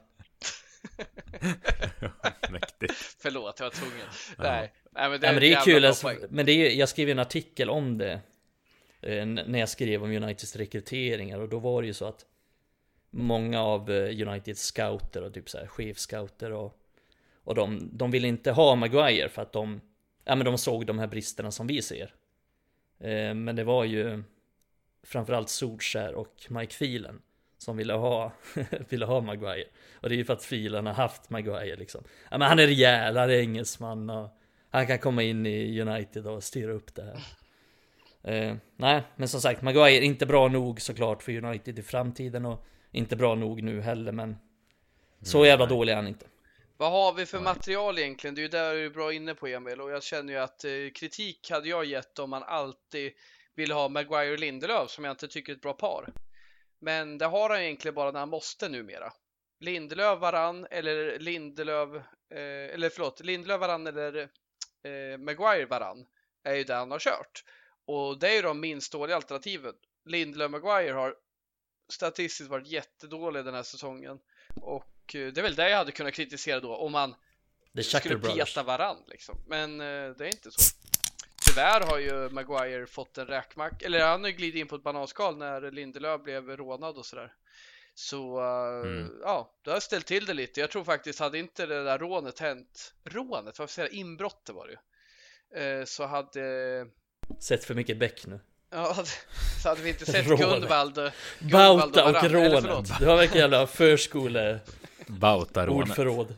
Mäktigt. Förlåt, jag var tvungen. Ja. Nej. Nej, men det, ja, men det är, är kul, alltså, poäng. men det är, jag skrev en artikel om det eh, när jag skrev om Uniteds rekryteringar, och då var det ju så att många av Uniteds scouter och typ så här chefscouter och, och de, de ville inte ha Maguire för att de, ja, men de såg de här bristerna som vi ser. Eh, men det var ju framförallt Solskjaer och Mike Phelan som ville ha, ville ha Maguire. Och det är ju för att Phelan har haft Maguire liksom. Ja, men han är rejäl, han är engelsman och han kan komma in i United och styra upp det här. Eh, nej, men som sagt, Maguire är inte bra nog såklart för United i framtiden och inte bra nog nu heller, men så jävla mm, dålig är han inte. Vad har vi för material egentligen? Det är ju där du är bra inne på, Emil, och jag känner ju att eh, kritik hade jag gett om man alltid vill ha Maguire och Lindelöf, som jag inte tycker är ett bra par. Men det har han egentligen bara när han måste numera. Lindelöf, Varann eller Lindelöf eh, eller förlåt, Lindelöf, Varann eller eh, Maguire, Varann är ju det han har kört. Och det är ju de minst dåliga alternativen. Lindelöf, Maguire har statistiskt varit jättedålig den här säsongen. Och det är väl det jag hade kunnat kritisera då, om man skulle peta Varann liksom. Men eh, det är inte så. Tyvärr har ju Maguire fått en räkmack, eller han har glidit in på ett bananskal när Lindelöf blev rånad och sådär. Så uh, mm. ja, det har ställt till det lite. Jag tror faktiskt, hade inte det där rånet hänt, rånet, vad ska jag säga, inbrottet var det ju, uh, så hade sett för mycket bäck nu. Ja, så hade vi inte sett Gunvald, Bauta och, och rånet. Det var verkligen jävla förskole Bauta ordförråd.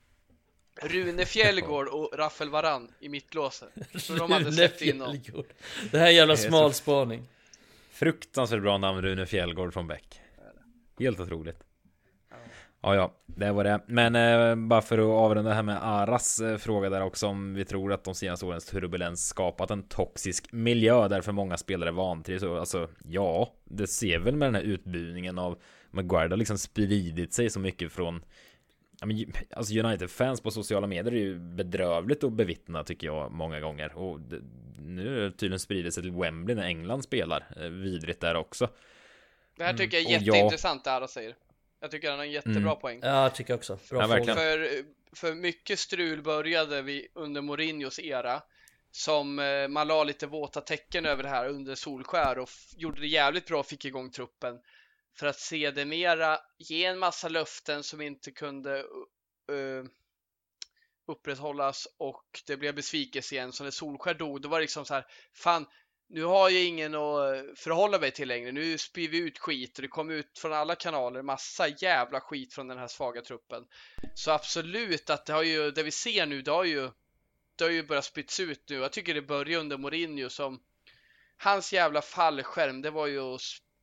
Rune Fjällgård och Rafael Varann i mittlåset. Så de hade sett in dem. Det här är jävla smalspaning. Fruktansvärt bra namn, Rune Fjällgård från Bäck. Helt otroligt. Ja, ja, det var det. Men eh, bara för att avrunda det här med Aras eh, fråga där också, om vi tror att de senaste årens turbulens skapat en toxisk miljö där för många spelare vantrivs. Alltså, ja, det ser väl med den här utbuningen av Maguire har liksom spridit sig så mycket från, ja, men, alltså United-fans på sociala medier är ju bedrövligt att bevittna, tycker jag, många gånger. Och det, nu är det tydligen spridit sig till Wembley när England spelar. Eh, vidrigt där också. Det här tycker jag är jätteintressant, det Ara säger. Jag tycker han har en jättebra mm. poäng. Ja, jag tycker också. Bra ja, för, för mycket strul började vi under Mourinhos era, som eh, man la lite våta tecken över det här under Solskär och f- gjorde det jävligt bra, fick igång truppen. För att se det mera, ge en massa löften som inte kunde uh, upprätthållas, och det blev besvikelse igen. Så när Solskär dog, då var det liksom så här, fan, nu har jag ingen att förhålla mig till längre. Nu spyr vi ut skit och det kommer ut från alla kanaler massa jävla skit från den här svaga truppen. Så absolut att det har ju, det vi ser nu, det har ju, det har ju börjat spyts ut nu. Jag tycker det började under Mourinho, som hans jävla fallskärm, det var ju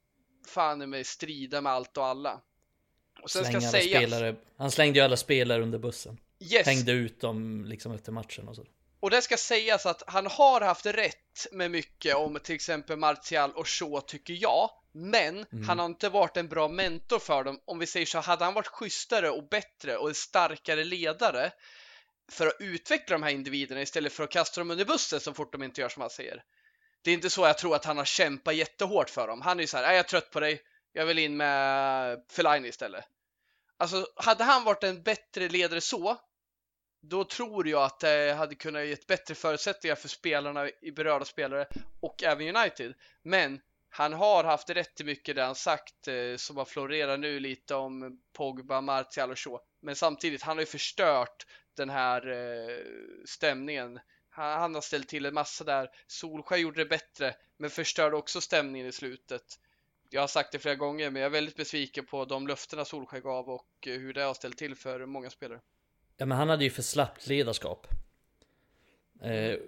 fan med strida med allt och alla. Och sen ska sägas, han slängde ju alla spelare under bussen. Yes. Hängde ut dem liksom efter matchen och så. Och det ska sägas att han har haft rätt med mycket om till exempel Martial och Shaw, tycker jag. Men mm. han har inte varit en bra mentor för dem. Om vi säger så, hade han varit schysstare och bättre och en starkare ledare för att utveckla de här individerna istället för att kasta dem under bussen så fort de inte gör som han säger. Det är inte så jag tror att han har kämpat jättehårt för dem. Han är ju så här, jag är trött på dig, jag vill in med Fellaini istället. Alltså, hade han varit en bättre ledare så, då tror jag att det hade kunnat ge ett bättre förutsättningar för spelarna, i berörda spelare och även United. Men han har haft rätt i mycket det han sagt, eh, som har florerat nu lite om Pogba, Martial och Shaw. Men samtidigt, han har ju förstört den här eh, stämningen. Han, han har ställt till en massa där. Solskjaer gjorde det bättre, men förstörde också stämningen i slutet. Jag har sagt det flera gånger, men jag är väldigt besviken på de löftena Solskjaer gav och eh, hur det har ställt till för många spelare. Ja, men han hade ju för slappt ledarskap. Eh,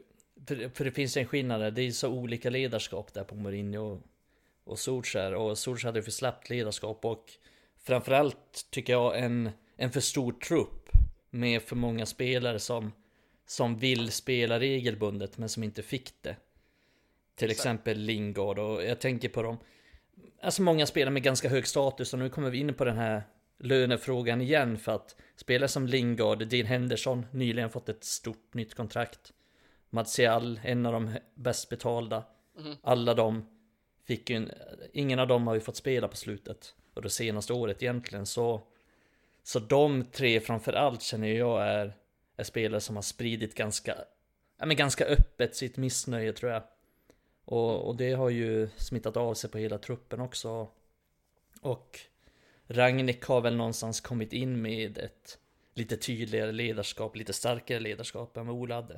för, för det finns en skillnad där. Det är så olika ledarskap där på Mourinho och, och Solskjaer. Och Solskjaer hade för slappt ledarskap. Och framförallt tycker jag en, en för stor trupp med för många spelare som, som vill spela regelbundet men som inte fick det. Till Exakt. exempel Lingard. Och jag tänker på dem. Alltså många spelare med ganska hög status. Och nu kommer vi in på den här lönefrågan igen. För att spelare som Lingard, Dean Henderson nyligen fått ett stort nytt kontrakt. Martial, en av de bäst betalda. Mm. Alla de fick ju en, ingen av dem har ju fått spela på slutet. Och det senaste året egentligen. Så, så de tre framförallt känner jag är, är spelare som har spridit ganska, ja, men ganska öppet sitt missnöje tror jag. Och, och det har ju smittat av sig på hela truppen också. Och Rangnick har väl någonstans kommit in med ett lite tydligare ledarskap, lite starkare ledarskap än vad Ola hade.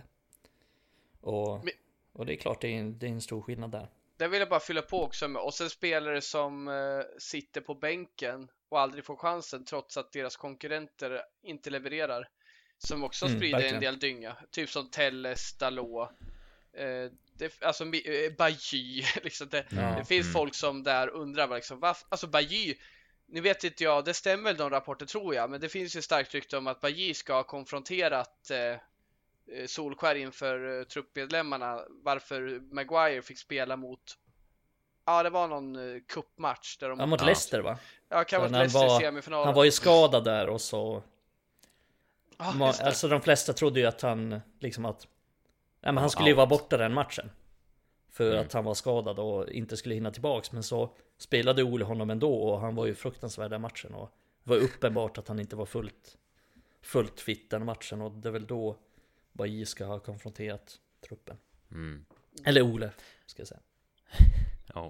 Och, och det är klart, det är, en, det är en stor skillnad där. Det vill jag bara fylla på också med. Och sen spelare som uh, sitter på bänken och aldrig får chansen trots att deras konkurrenter inte levererar. Som också mm, sprider verkligen. En del dynga. Typ som Telles, Dalot. Uh, det, alltså uh, Bajy. liksom det, ja, det finns mm. folk som där undrar liksom, varför, alltså Bajy. Nu vet inte jag, det stämmer väl de rapporter tror jag. Men det finns ju starkt rykte om att Bajy ska ha konfronterat uh, Solskär inför uh, truppmedlemmarna varför Maguire fick spela mot, ja det var någon uh, cupmatch där de ja, mot ja. Leicester va? Ja, kan vara Leicester i semifinalen. Han var ju skadad där och så ah, ma- alltså de flesta trodde ju att han liksom att ja, men han skulle ju vara borta den matchen för mm. att han var skadad och inte skulle hinna tillbaks, men så spelade Ole honom ändå och han var ju fruktansvärd den matchen och det var uppenbart att han inte var fullt fullt fit den matchen och det är väl då Bajy ska ha konfronterat truppen. Mm. Eller Ole, ska jag säga. Ja.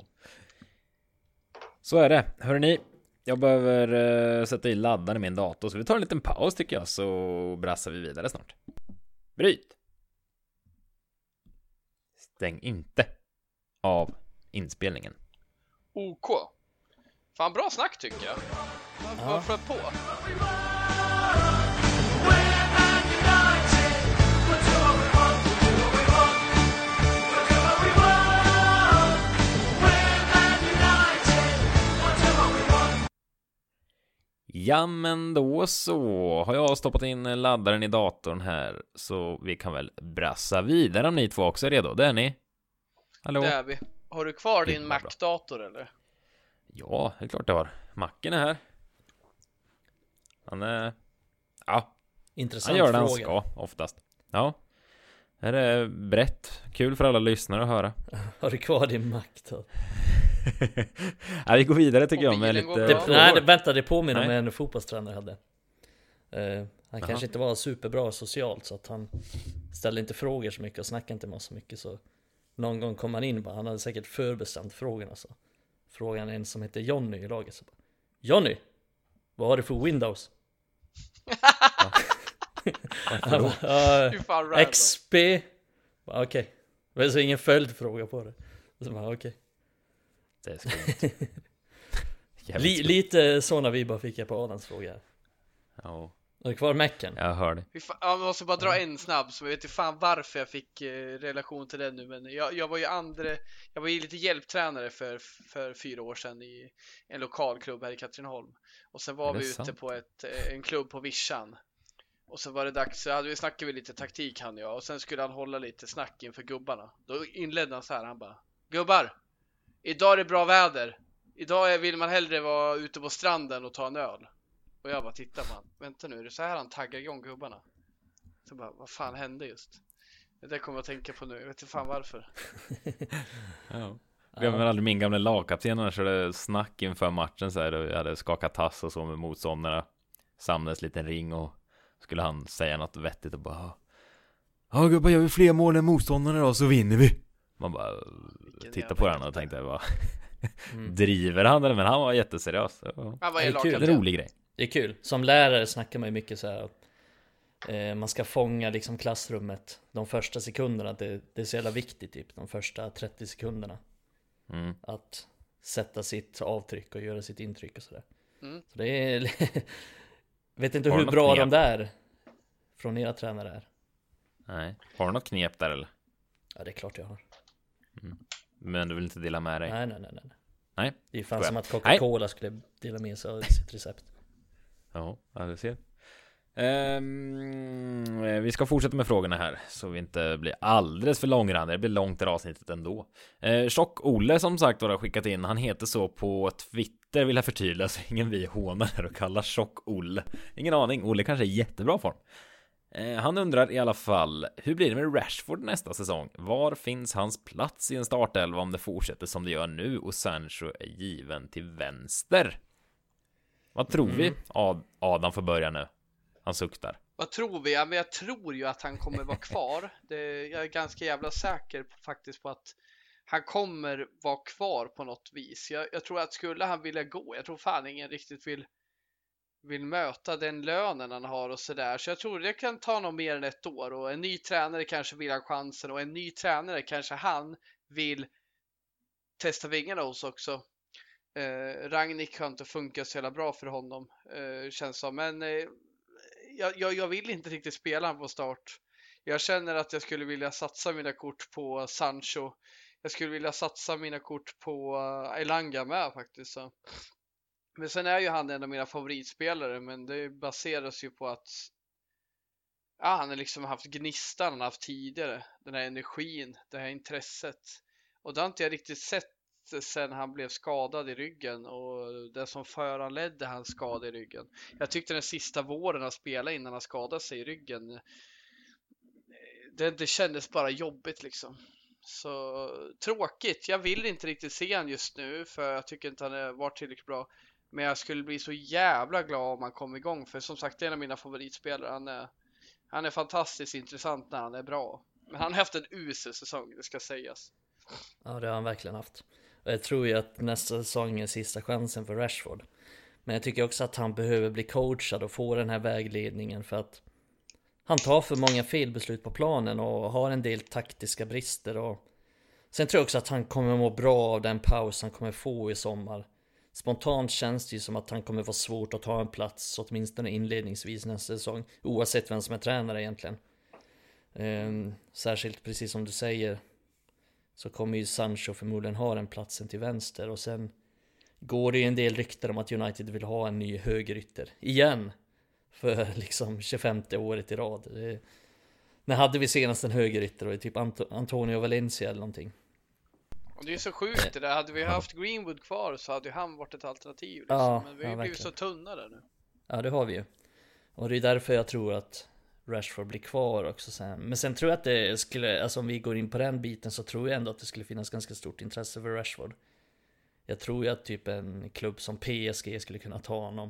Så är det. Hör ni, jag behöver uh, sätta i laddaren i min dator. Så vi tar en liten paus tycker jag. Så brassar vi vidare snart. Bryt. Stäng inte av inspelningen. OK. Fan bra snack tycker jag. Jag har flöt på. Ja, men då så har jag stoppat in laddaren i datorn här. Så vi kan väl brassa vidare om ni två också är redo. Det är ni? Hallå? Det är vi. Har du kvar din Mac-dator eller? Ja, det är klart jag har. Macken är här. Han är... Ja. Intressant han gör det han fråga. ska, oftast. Ja. Det här är brett. Kul för alla lyssnare att höra. Har du kvar din Mac då? Ja, vi går vidare tycker jag med lite... Det, nej, det, vänta, det påminner om en fotbollstränare hade. Uh, han Aha. kanske inte var superbra socialt så att han ställde inte frågor så mycket och snackade inte med oss så mycket, så någon gång kom han in bara, han hade säkert förbestämt frågorna så. Frågan en som heter Johnny i laget så bara, Johnny, vad har du för Windows? uh, X P. Okej. Okay. Det är så ingen följdfråga på det. Så bara, okej. Okay. Det är skumt. Li- lite såna vibbar fick jag på Adams fråga. Ja. Är du kvar Macken? Jag hörde. Jag måste bara dra en snabb, så jag vet inte fan varför jag fick eh, relation till den nu, men jag, jag var ju andre, jag var ju lite hjälptränare för, för fyra år sedan i en lokal klubb här i Katrineholm. Och sen var vi sant? ute på ett, en klubb på Vischan. Och så var det dags, så hade vi snackat lite taktik han och jag. Och sen skulle han hålla lite snack inför gubbarna. Då inledde han så här, han bara, gubbar, idag är det bra väder. Idag vill man hellre vara ute på stranden och ta en öl. Och jag bara tittar på han. Vänta nu, är det så här han taggar igång gubbarna? Så bara, vad fan hände just? Det kommer jag att tänka på nu, jag vet inte fan varför. Ja. Jag var aldrig min gamla lagkapten när så det snack inför matchen så här, och jag hade skakat tass och så med motståndarna. Samlades lite en ring och skulle han säga något vettigt och bara, ja gubbar, gör vi fler mål än motståndarna då så vinner vi. Man bara tittade på den och tänkte bara, mm. driver han eller? Men han var jätteseriös. Han var en kul, en rolig grej. Det är kul. Som lärare snackar man ju mycket så här eh, man ska fånga liksom klassrummet de första sekunderna. Det, det är så jävla viktigt typ, de första trettio sekunderna. Mm. Att sätta sitt avtryck och göra sitt intryck och sådär. Mm. Så det är vet inte hur bra knep? De där från era tränare är. Nej. Har du något knep där eller? Ja, det är klart jag har. Mm. Men du vill inte dela med dig? Nej, nej, nej, nej. Nej. Det är ju fan som att Coca-Cola nej. skulle dela med sig av sitt recept. Ja, du ser. Um, vi ska fortsätta med frågorna här så vi inte blir alldeles för långrandiga. Det blir långt i avsnittet ändå. uh, Tjock-Olle som sagt har skickat in. Han heter så på Twitter, vill jag förtydliga, så ingen vi hånar här och kallar Tjock-Olle. Ingen aning, Olle kanske är i jättebra form. uh, Han undrar i alla fall: hur blir det med Rashford nästa säsong? Var finns hans plats i en startelva om det fortsätter som det gör nu och Sancho är given till vänster? Vad tror mm. vi? Ad- Adam får börja nu. Han suktar. Vad tror vi? Ja, men jag tror ju att han kommer vara kvar. Det, jag är ganska jävla säker på, faktiskt på att han kommer vara kvar på något vis. Jag, jag tror att skulle han vilja gå, jag tror fan ingen riktigt vill, vill möta den lönen han har och sådär. Så jag tror det kan ta nog mer än ett år. Och en ny tränare kanske vill ha chansen. Och en ny tränare kanske han vill testa vingarna hos också. Eh, Rangnick har inte funkat så jävla bra för honom, eh, känns som. Men eh, jag, jag, jag vill inte riktigt spela han på start. Jag känner att jag skulle vilja satsa mina kort på Sancho. Jag skulle vilja satsa mina kort på uh, Elanga med faktiskt. Så. Men sen är ju han en av mina favoritspelare. Men det baseras ju på att ja, han har liksom haft gnistan han har haft tidigare. Den här energin, det här intresset. Och det har inte jag riktigt sett sen han blev skadad i ryggen och det som föranledde hans skada i ryggen. Jag tyckte den sista våren han spelade innan han skadade sig i ryggen, det, det kändes bara jobbigt liksom. Så tråkigt. Jag vill inte riktigt se han just nu för jag tycker inte han har varit tillräckligt bra. Men jag skulle bli så jävla glad om han kom igång, för som sagt det är en av mina favoritspelare. Han är, han är fantastiskt intressant när han är bra. Men han har haft en usel säsong, det ska sägas. Ja, det har han verkligen haft. Och jag tror ju att nästa säsong är sista chansen för Rashford. Men jag tycker också att han behöver bli coachad och få den här vägledningen, för att han tar för många felbeslut på planen och har en del taktiska brister. Och sen tror jag också att han kommer må bra av den paus han kommer få i sommar. Spontant känns det ju som att han kommer vara svårt att ta en plats, åtminstone inledningsvis nästa säsong, oavsett vem som är tränare egentligen. Ehm, särskilt precis som du säger, så kommer ju Sancho förmodligen ha den platsen till vänster. Och sen går det ju en del rykter om att United vill ha en ny högerytter igen, för liksom tjugofemte året i rad. Det, när hade vi senast en högerytter? Och typ Ant- Antonio Valencia eller någonting. Och det är ju så sjukt det där. Hade vi haft Greenwood kvar så hade ju han varit ett alternativ liksom. Ja, men vi har ju ja, blivit verkligen. så tunna där nu. Ja, det har vi ju. Och det är därför jag tror att Rashford blir kvar också sen. Men sen tror jag att det skulle, alltså om vi går in på den biten, så tror jag ändå att det skulle finnas ganska stort intresse för Rashford. Jag tror ju att typ en klubb som P S G skulle kunna ta honom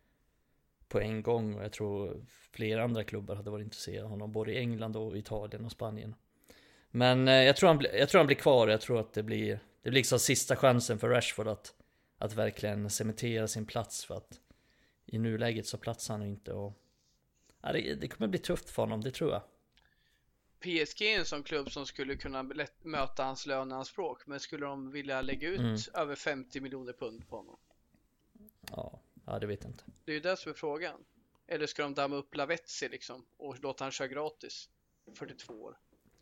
på en gång, och jag tror flera andra klubbar hade varit intresserade av honom, både i England och Italien och Spanien. Men eh, jag, tror han bli, jag tror han blir kvar, och jag tror att det blir det blir liksom sista chansen för Rashford att, att verkligen cementera sin plats, för att i nuläget så platsar han inte. Och ja, det, det kommer bli tufft för honom, det tror jag. P S G är en sån klubb som skulle kunna lätt möta hans löneanspråk, men skulle de vilja lägga ut Mm. över femtio miljoner pund på honom? Ja, ja, det vet jag inte. Det är ju det som är frågan. Eller ska de damma upp Lavezzi liksom och låta han köra gratis fyrtiotvå år?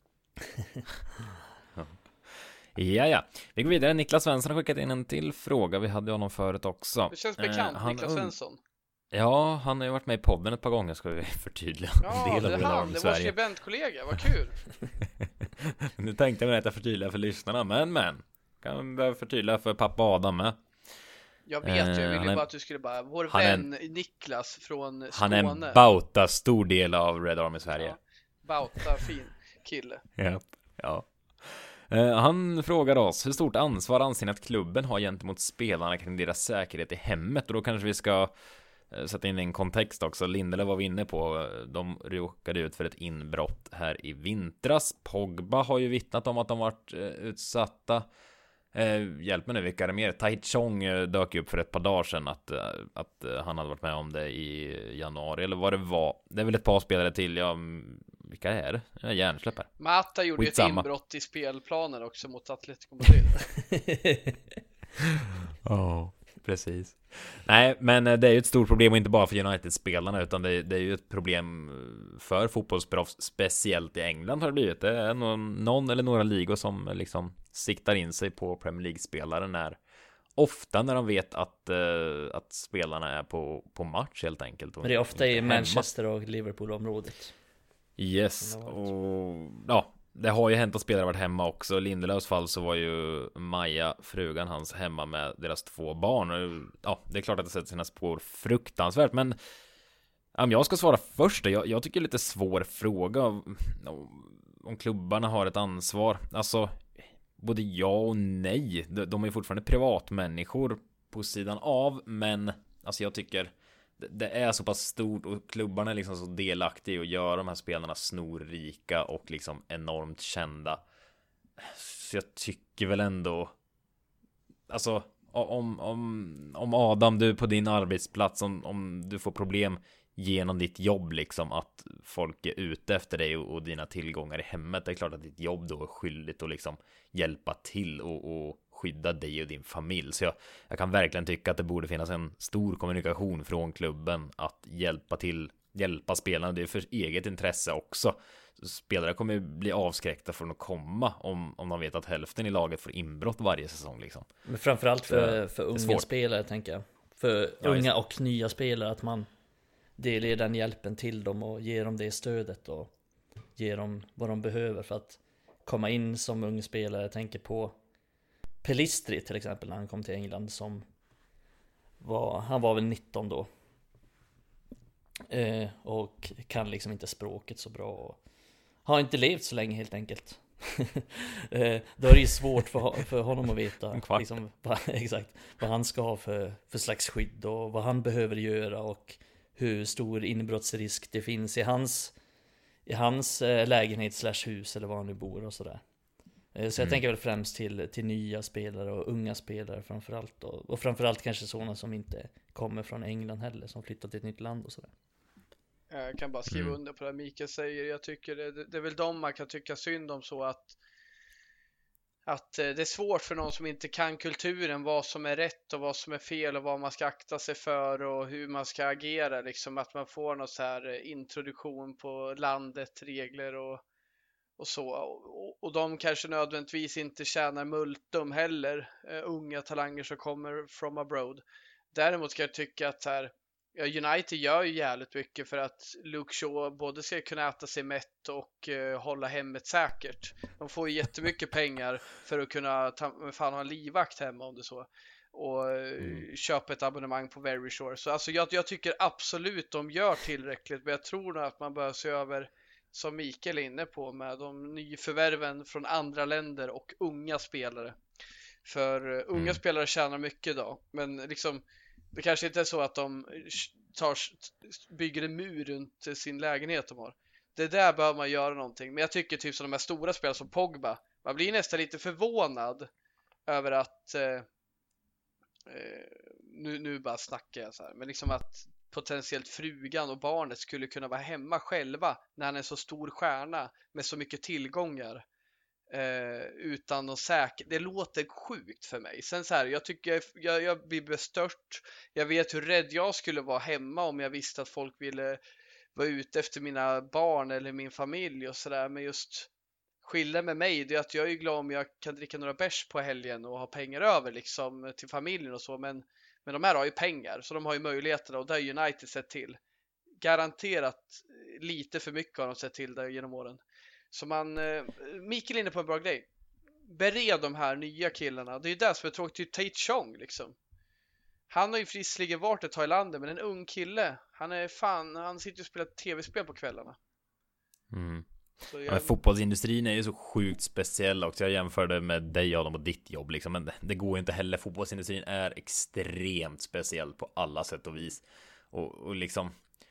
Ja, ja. Vi går vidare. Niklas Svensson har skickat in en till fråga. Vi hade honom förut också. Det känns bekant, Eh, han Niklas und- Svensson. Ja, han har ju varit med i podden ett par gånger, ska vi förtydliga. Ja, En del det av är våra han, arm i det är vår Sverige. skribentkollega, vad kul. Nu tänkte jag mig att jag förtydliga för lyssnarna, men men kan behöva förtydliga för pappa Adam med. Jag vet ju, jag Eh, ville han är- bara att du skulle bara, vår han är vän Niklas från Skåne. Han är en bauta stor del av Red Army Sverige. Ja, bauta, fin kille. Ja. Ja. Eh, han frågar oss: hur stort ansvar anser ni att klubben har gentemot spelarna kring deras säkerhet i hemmet? Och då kanske vi ska eh, sätta in en kontext också. Lindelöf var vi inne på. De råkade ut för ett inbrott här i vintras. Pogba har ju vittnat om att de varit eh, utsatta. Eh, hjälp mig nu, vilka är det mer? Tai Chong eh, dök upp för ett par dagar sedan att, eh, att eh, han hade varit med om det i januari, eller vad det var. Det är väl ett par spelare till. Ja, mm, vilka är det? Jag är hjärnsläpp här. Mata gjorde ju ett Skitsamma. inbrott i spelplanen också mot Atletico Madrid. Oh. Precis. Nej, men det är ju ett stort problem, och inte bara för United-spelarna, utan det är, det är ju ett problem för fotbollsproffs, speciellt i England har det blivit. Det är någon, någon eller några ligor som liksom siktar in sig på Premier League-spelare när ofta när de vet att, uh, att spelarna är på, på match helt enkelt. Men det är ofta i Manchester och Liverpool-området. Yes, och ja, det har ju hänt att spelare varit hemma också. Lindelöfs fall så var ju Maja, frugan hans, hemma med deras två barn. Och ja, det är klart att det sätter sina spår fruktansvärt. Men om jag ska svara först, jag, jag tycker det är lite svår fråga om klubbarna har ett ansvar. Alltså, både ja och nej. De, de är fortfarande privatmänniskor på sidan av, men alltså jag tycker det är så pass stort, och klubbarna är liksom så delaktiga i att göra de här spelarna snorrika och liksom enormt kända. Så jag tycker väl ändå, alltså om, om, om Adam, du på din arbetsplats, om, om du får problem genom ditt jobb, liksom att folk är ute efter dig och, och dina tillgångar i hemmet, det är klart att ditt jobb då är skyldigt att liksom hjälpa till och, och skydda dig och din familj. Så jag, jag kan verkligen tycka att det borde finnas en stor kommunikation från klubben att hjälpa till, hjälpa spelarna. Det är för eget intresse också. Spelare kommer ju bli avskräckta från att komma om, om de vet att hälften i laget får inbrott varje säsong liksom. Men framförallt för, för unga spelare, tänker jag. För ja, unga och nya spelare, att man delar den hjälpen till dem och ger dem det stödet och ger dem vad de behöver för att komma in som ung spelare. Jag tänker på Pelistri till exempel, när han kom till England, som var, han var väl nitton då, eh, och kan liksom inte språket så bra och har inte levt så länge helt enkelt. eh, då är det ju svårt för, för honom att veta liksom, vad, exakt, vad han ska ha för, för slags skydd och vad han behöver göra och hur stor inbrottsrisk det finns i hans, i hans eh, lägenhet slash hus eller var han nu bor och sådär. Så jag mm. tänker väl främst till, till nya spelare och unga spelare framförallt. Och, och framförallt kanske sådana som inte kommer från England heller, som flyttat till ett nytt land och sådär. Jag kan bara skriva mm. under på det Mikael säger. Jag tycker det, det är väl de man kan tycka synd om, så att att det är svårt för någon som inte kan kulturen, vad som är rätt och vad som är fel och vad man ska akta sig för och hur man ska agera. Liksom att man får någon så här introduktion på landet, regler och och så, och, och de kanske nödvändigtvis inte tjänar multum heller, uh, unga talanger som kommer from abroad. Däremot ska jag tycka att här, ja, United gör ju jävligt mycket för att Luke Shaw både ska kunna äta sig mätt och uh, hålla hemmet säkert. De får ju jättemycket pengar för att kunna ta, fan, ha en livvakt hemma om det så, och uh, mm. köpa ett abonnemang på Verisure. Så alltså, jag, jag tycker absolut de gör tillräckligt, men jag tror nog att man bör se över, som Mikael är inne på, med de nyförvärven från andra länder och unga spelare. För uh, unga mm. spelare tjänar mycket idag, men liksom det kanske inte är så att de tar, bygger en mur runt sin lägenhet de har. Det där bör man göra någonting. Men jag tycker typ som de här stora spelarna som Pogba, man blir nästan lite förvånad över att uh, uh, nu, nu bara snackar jag så här, men liksom att potentiellt frugan och barnet skulle kunna vara hemma själva när han är så stor stjärna med så mycket tillgångar, eh, utan någon säker. Det låter sjukt för mig. Sen så här, jag tycker jag, jag blir bestört. Jag vet hur rädd jag skulle vara hemma om jag visste att folk ville vara ute efter mina barn eller min familj och sådär. Men just skillnaden med mig, det är att jag är glad om jag kan dricka några bärs på helgen och ha pengar över liksom till familjen och så, men Men de här har ju pengar, så de har ju möjligheterna, och där har United sett till. Garanterat lite för mycket har de sett till där genom åren. Så man, eh, Mikael är inne på en bra grej. Bered de här nya killarna. Det är ju det som är tråkigt, typ Tate Chong liksom. Han har ju friskligen varit i Thailand, men en ung kille. Han är fan, han sitter och spelar tv-spel på kvällarna. Mm. Jag... Ja, men fotbollsindustrin är ju så sjukt speciell också. Jag jämförde med dig, Adam, och ditt jobb liksom. Men det går ju inte heller. Fotbollsindustrin är extremt speciell på alla sätt och vis. Och, och liksom,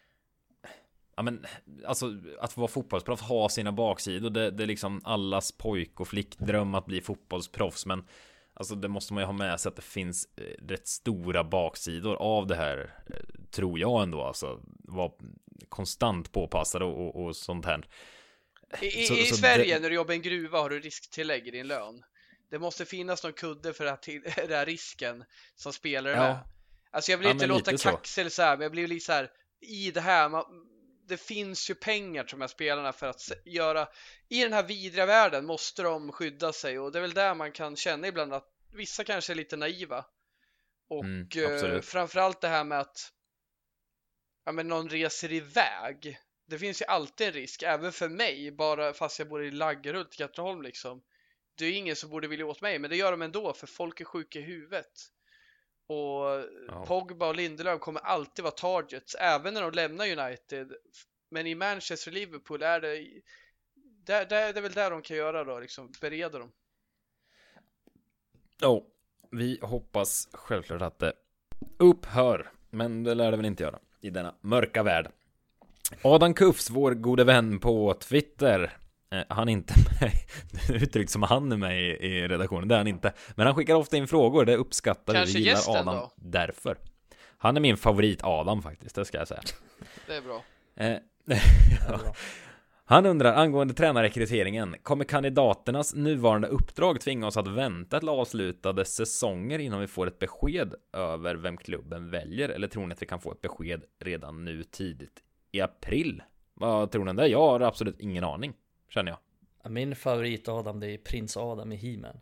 ja men alltså att vara fotbollsproffs har sina baksidor. Det, det är liksom allas pojk och flickdröm att bli fotbollsproffs. Men alltså det måste man ju ha med sig, att det finns rätt stora baksidor av det här, tror jag ändå. Alltså vara konstant påpassad och, och, och sånt här. I, så, i så Sverige det... när du jobbar i en gruva har du risktillägg i din lön. det måste finnas någon kudde för att till, den här risken som spelare Ja. med. Alltså jag vill Ja, inte men låta lite så. kaxel så här, men jag blir lite så här i det här. Man, det finns ju pengar till de här spelarna för att se- göra, i den här vidriga världen måste de skydda sig, och det är väl där man kan känna ibland att vissa kanske är lite naiva. Och Mm, eh, absolut. framförallt det här med att ja, men någon reser iväg. Det finns ju alltid en risk, även för mig, bara fast jag bor i Laggerhult, Katrineholm liksom. Det är ju ingen som borde vilja åt mig, men det gör de ändå, för folk är sjuka i huvudet. Och Ja. Pogba och Lindelöf kommer alltid vara targets, även när de lämnar United. Men i Manchester och Liverpool är det där, där, det är väl där de kan göra då, liksom bereda dem. Ja, vi hoppas självklart att det upphör, men det lär det väl inte göra i denna mörka värld. Adam Kufs, vår gode vän på Twitter, eh, han är inte med, uttryckt som han är med i, i redaktionen, det är han inte, men han skickar ofta in frågor, det uppskattar vi, Kanske vi gillar gästen Adam då? därför. Han är min favorit Adam faktiskt, det ska jag säga. Det är bra. Eh, Ja, bra. Han undrar angående tränarrekryteringen, kommer kandidaternas nuvarande uppdrag tvinga oss att vänta till avslutade säsonger innan vi får ett besked över vem klubben väljer, eller tror ni att vi kan få ett besked redan nu tidigt i april? Vad tror ni om det? Jag har absolut ingen aning, känner jag. Ja, min favorit Adam, det är Prins Adam i He-Man.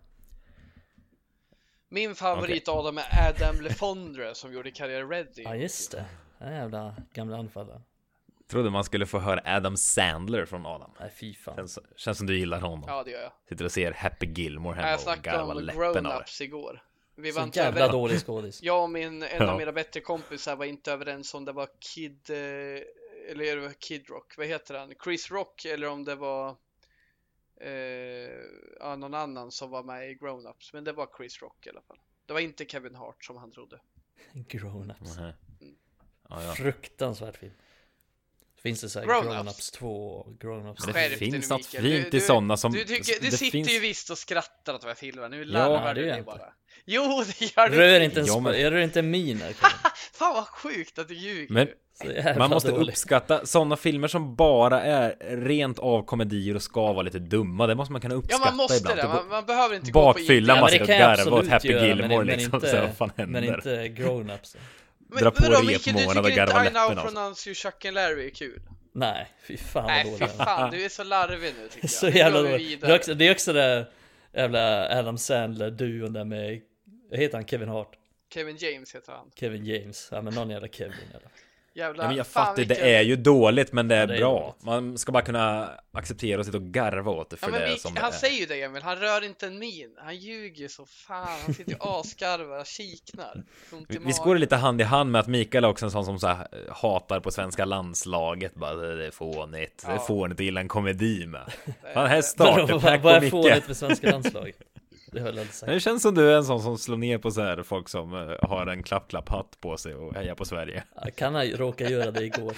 Min favorit Adam är Adam Lefondre som gjorde karriär Ready. Ja, just det. Den jävla gamla anfallaren. Trodde man skulle få höra Adam Sandler från Adam. Nej, fy fan. Känns, känns som du gillar honom. Ja, det gör jag. Sitter och ser Happy Gilmore hemma Jag och snackade garvar om läppen av det. Grown-Ups igår. Vi var Så inte jävla överens. dålig skådis. Jag och min, en Ja. av mina bättre kompisar var inte överens om det var Kid eh, eller det var Kid Rock, vad heter han? Chris Rock, eller om det var eh, ja, någon annan som var med i Grown-Ups. Men det var Chris Rock i alla fall. Det var inte Kevin Hart som han trodde. Grown-ups. Mhm. Ja, ja. Fruktansvärt film. Finns det så här Grown-ups. Grown-ups två och Grown-ups Men tre? det Skärp dig finns nu, något Mikael. fint Du- i sådana som... Du, tycker, du det sitter finns... ju visst och skrattar åt de här filmerna. Nu Ja, larvar det du gör dig jag inte. bara. Jo, det gör du. Rör inte en Ja, men- sp- jag rör inte miner. Fan vad sjukt att du ljuger. Men Så jävla man måste dålig. uppskatta sådana filmer som bara är rent av komedier och ska vara lite dumma. Det måste man kunna Ja, uppskatta man måste ibland. det. Typ Man, man behöver inte gå på bakfylla, IT. man det sitter och kan jag garvar åt absolut Happy göra, Gilmore men, liksom. men Så inte, vad fan händer? men inte Grown-ups. Dra på vadå, Mikael, du repmånad och tycker inte garva I läppen Now av sig. Pronounce You Chuck and Larry är kul? Nej, fy fan vad Nej, dålig fy den är. fan, du är så larvig nu tycker jag. Så Nu jävla går vi dålig. vidare. Det är också, det är också det jävla Adam Sandler-duon där med, vad heter han, Kevin Hart? Kevin James heter han. Kevin James, ja men någon jävla Kevin eller? Jävla, Ja, men jag fan, fattar, vilken- det är ju dåligt, men det är, Ja, det är bra. dåligt. Man ska bara kunna acceptera och sitta och garva åt det för Ja, men det Mik- som det han är. säger ju det, Emil, han rör inte en min. Han ljuger så fan, han sitter ju asgarvar och kiknar. Ont i Vi- Visst magen. går det lite hand i hand med att Mikael är också en sån som så här, eh, hatar på svenska landslaget. Bara, det är fånigt. Det är Ja. fånigt att gilla en komedi med. Det- Fan, här Vadå, starterpack vad är på fånigt Micke. med svenska landslaget? Det höll jag inte sagt. Det känns som du är en sån som slår ner på så här folk som eh, har en klapp-klapp-hatt på sig och hejar på Sverige. Jag kan ha råka göra det igår.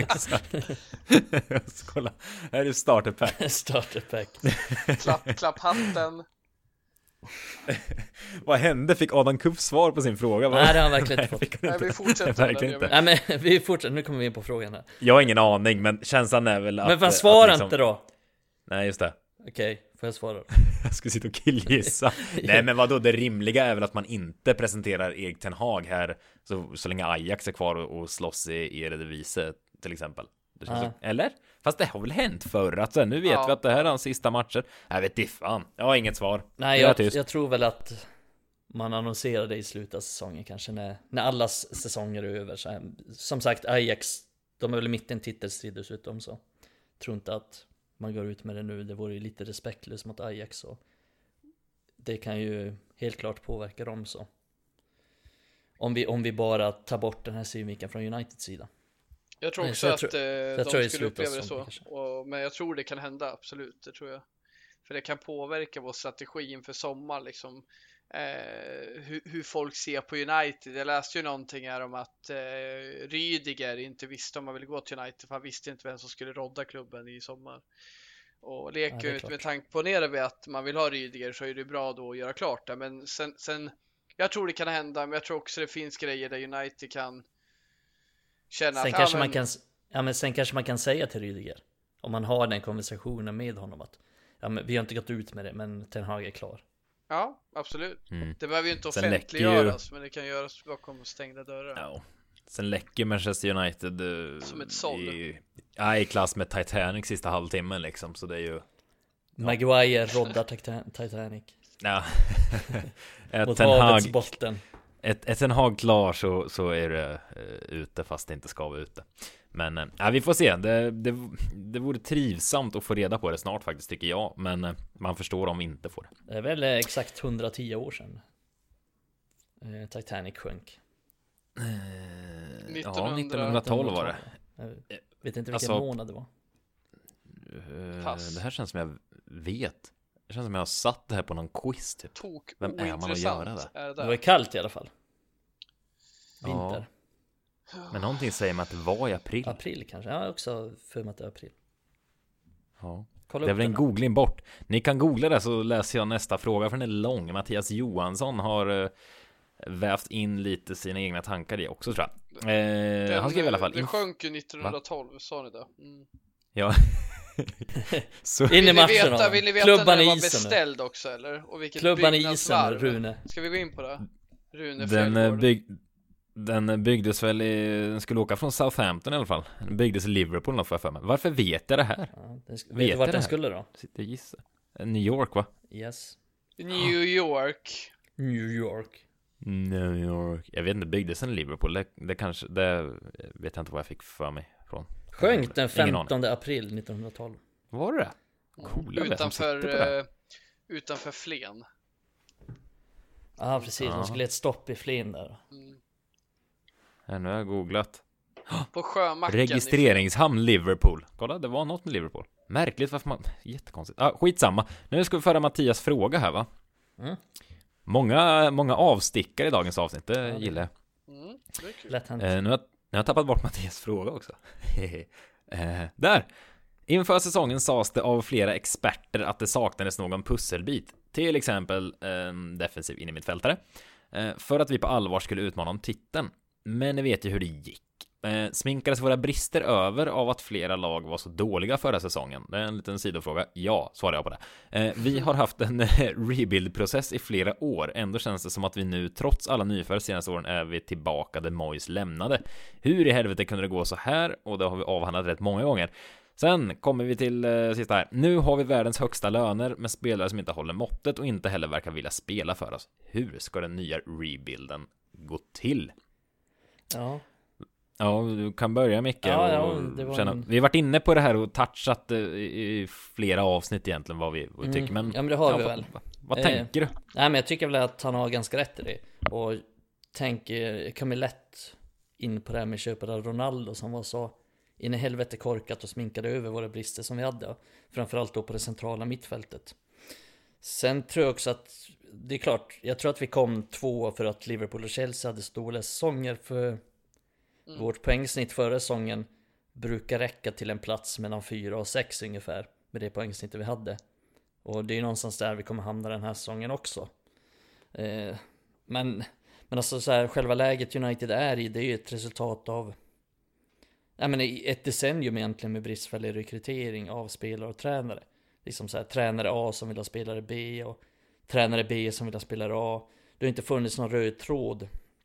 Kolla, här är starterpack. Starterpack. Klapp, klapp hatten. Vad hände? Fick Adam Kuff svar på sin fråga? Nej, det har han verkligen inte fått. Fick han Nej, inte. vi fortsätter. Verkligen Emil. inte. Nej men vi fortsätter, nu kommer vi in på frågan här. Jag har ingen aning, men känslan är väl att... Men fan att svara liksom- inte då. Nej, just det. Okej, får jag svara då? Jag skulle sitta och killgissa. Nej, men vadå, det rimliga är väl att man inte presenterar Erik Ten Hag här så, så länge Ajax är kvar och, och slåss i, i Eredivisie till exempel. Det känns Ja. så, eller? Fast det har väl hänt förr att så här, nu vet Ja. vi att det här är hans sista matcher. Jag vet inte fan. Jag har inget svar. Nej, Jag är jag, tyst. jag tror väl att man annonserar det i slutet av säsongen kanske när, när alla s- säsonger är över. Så här, som sagt, Ajax, de är väl mitt i en titelstrid dessutom, så tror inte att man går ut med det nu. Det vore ju lite respektlöst mot Ajax, så det kan ju helt klart påverka dem. Så om vi, om vi bara tar bort den här synvinkeln från Uniteds sida. Jag tror Nej, också så jag att tror- eh, jag de tror det skulle slutar uppleva det som så. kanske. Och, men jag tror det kan hända, absolut. Det tror jag. För det kan påverka vår strategi inför sommar. Liksom. Eh, hur, hur folk ser på United. Jag läste ju någonting här om att eh, Rydiger inte visste om man ville gå till United. För han visste inte vem som skulle rodda klubben i sommar. Och leker Ja, det är ut klart. med tanke på ner vi att man vill ha Rydiger, så är det bra då att göra klart det. Men sen, sen jag tror det kan hända. Men jag tror också det finns grejer där United kan känna Sen att kanske ja, man men, kan, ja, men sen kanske man kan säga till Rydiger, om man har den konversationen med honom, att ja, men vi har inte gått ut med det, men Ten Hag är klar. Ja, absolut. Mm. Det behöver ju inte Sen läcker offentliggöras, men det kan göras bakom stängda dörrar. Ja. Sen läcker Manchester United eh, Som ett såll. i, ja, i klass med Titanic sista halvtimmen liksom, så det är ju Maguire roddar Titan- Titanic ja. mot ett Ten havets Hag, botten. ett, ett Ten Hag klar så, så är det eh, ute fast det inte ska vara ute. Men eh, ja, vi får se. Det, det, det vore trivsamt att få reda på det snart faktiskt, tycker jag. Men eh, man förstår om vi inte får det. Det är väl exakt hundratio år sedan eh, Titanic sjönk. Eh, nittonhundra Ja, nittonhundratolv var det. Jag vet inte vilken Alltså, månad det var. Eh, Pass. Det här känns som jag vet. Det känns som jag har satt det här på någon quiz typ. Tok Vem är man att göra ointressant det? är det Det var där. ju kallt i alla fall. Ja. Vinter. Men någonting säger mig att det var i april. April kanske. Jag har också för mig att det är april. Ja. Kolla Det är upp väl en den. googling bort. Ni kan googla det så läser jag nästa fråga, för den är lång. Mattias Johansson har eh, vävt in lite sina egna tankar i också, tror jag. Eh, Den, han skrev i alla fall. Det inf- sjönk ju nittonhundratolv, sa ni det? Mm. Ja. så, In i Vill ni matchen veta, då. vill ni veta Klubban när den i var isen nu. beställd också, eller? Och vilket Klubban i isen, byggnadsvarv? Rune. Ska vi gå in på det? Rune den, eh, Fjällgård. bygg, den byggdes väl i, den skulle åka från Southampton i alla fall. Den byggdes i Liverpool, något får jag för mig. Varför vet jag det här? Ja, den sk- Vet vet du jag vart det den här? skulle då? Sitter och gissar. New York, va? Yes. New York. New York. New York. Jag vet inte, byggdes den i Liverpool? Det, det kanske, det vet jag inte vad jag fick för mig från. Sjönk den Ingen aning. femtonde april nittonhundratolv. Var det? Coola vi som sitter på det. Utanför, eh, utanför Flen. Ja, precis. Ja. De skulle ett stopp i Flen där. Mm. Ja, nu har jag googlat. På sjömacken. i Registreringshamn Liverpool. Kolla, det var något med Liverpool. Märkligt varför man... Jättekonstigt. Ah, skitsamma. Nu ska vi föra Mattias fråga här, va? Mm. Många, många avstickare i dagens avsnitt. Det Ja, det- gillar jag. Flen. Mm, det är kul. Lätt hänt. Eh, nu, har, nu har jag tappat bort Mattias fråga också. eh, där! Inför säsongen sades det av flera experter att det saknades någon pusselbit. Till exempel en defensiv innermittfältare. Eh, för att vi på allvar skulle utmana om titeln. Men ni vet ju hur det gick. Eh, sminkades våra brister över av att flera lag var så dåliga förra säsongen? Det är en liten sidofråga. Ja, svarar jag på det. Eh, vi har haft en rebuild-process i flera år. Ändå känns det som att vi nu, trots alla nyförvärv senaste åren, är vi tillbaka där Moyes lämnade. Hur i helvete kunde det gå så här? Och det har vi avhandlat rätt många gånger. Sen kommer vi till eh, sista här. Nu har vi världens högsta löner med spelare som inte håller måttet och inte heller verkar vilja spela för oss. Hur ska den nya rebuilden gå till? Ja. Ja, du kan börja Micke. Ja, ja, och det var känna. en- Vi har varit inne på det här och touchat eh, i i flera avsnitt egentligen vad vi vad vi Mm, tycker. Men, ja, men det har vi vad- väl. Vad, vad Eh, tänker du? Nej, men jag tycker väl att han har ganska rätt i det. Och tänker, jag kommer lätt in på det här med köpet av Ronaldo som var så in i helvete korkat och sminkade över våra brister som vi hade. Framförallt då på det centrala mittfältet. Sen tror jag också att, det är klart, jag tror att vi kom två för att Liverpool och Chelsea hade stora säsonger. För Mm. vårt poängsnitt förra säsongen brukar räcka till en plats mellan fyra och sex ungefär. Med det poängsnittet vi hade. Och det är någonstans där vi kommer hamna den här säsongen också. Eh, men, men alltså så här, själva läget United är i, det är ju ett resultat av ja, men ett decennium egentligen med bristfällig rekrytering av spelare och tränare. Liksom så här, tränare A som vill ha spelare B och tränare B som vill ha spelare A. Det har inte funnits någon röd tråd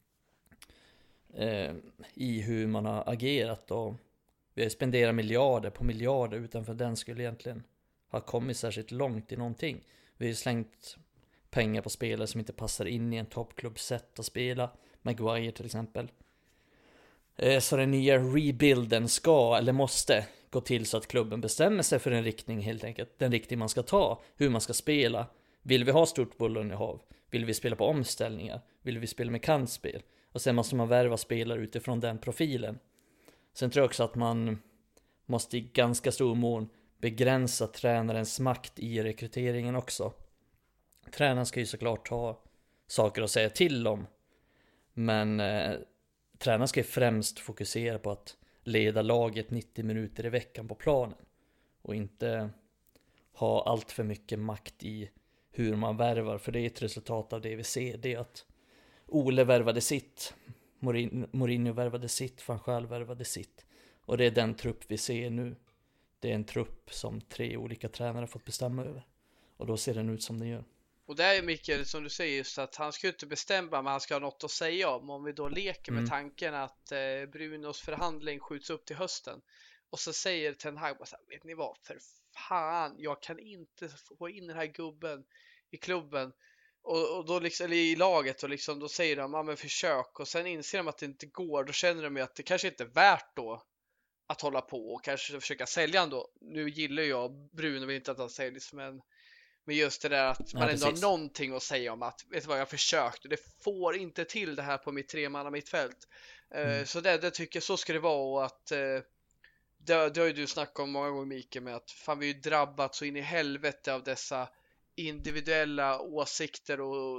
eh, i hur man har agerat, och vi har spenderat miljarder på miljarder utanför den skulle egentligen ha kommit särskilt långt i någonting. Vi har ju slängt pengar på spelare som inte passar in i en toppklubbs sätt att spela. Maguire till exempel. Eh, Så den nya rebuilden ska, eller måste, gå till så att klubben bestämmer sig för en riktning helt enkelt. Den riktning man ska ta, hur man ska spela. Vill vi ha stort bollinnehav? Vill vi spela på omställningar? Vill vi spela med kantspel? Och sen måste man värva spelare utifrån den profilen. Sen tror jag också att man måste i ganska stor mån begränsa tränarens makt i rekryteringen också. Tränaren ska ju såklart ha saker att säga till om. Men eh, tränaren ska ju främst fokusera på att leda laget nittio minuter i veckan på planen. Och inte ha allt för mycket makt i hur man värvar. För det är ett resultat av det vi ser. Det är att Ole värvade sitt. Mourinho, Mourinho värvade sitt. Van Gaal värvade sitt. Och det är den trupp vi ser nu. Det är en trupp som tre olika tränare fått bestämma över. Och då ser den ut som den gör. Och det är mycket som du säger, just att han ska inte bestämma, men han ska ha något att säga om. Om vi då leker med Mm. tanken att eh, Brunos förhandling skjuts upp till hösten. Och så säger Ten Hag bara så här, vet ni vad, för fan, jag kan inte få in den här gubben i klubben. Och, och då liksom, eller i laget, och liksom, då säger de, ja men försök. Och sen inser de att det inte går, då känner de ju att det kanske inte är värt då att hålla på och kanske försöka sälja han då. Nu gillar jag Bruno, vill inte att han säljs, men men just det där att Ja, man ändå precis. har någonting att säga om att, vet du vad, jag har försökt och det får inte till det här på mitt tremanna mittfält. Mm. Uh, så det, det tycker jag, så ska det vara. Och att uh, det, det har ju du snackat om många gånger, Mikael, med att fan, vi har ju drabbat så in i helvete av dessa individuella åsikter och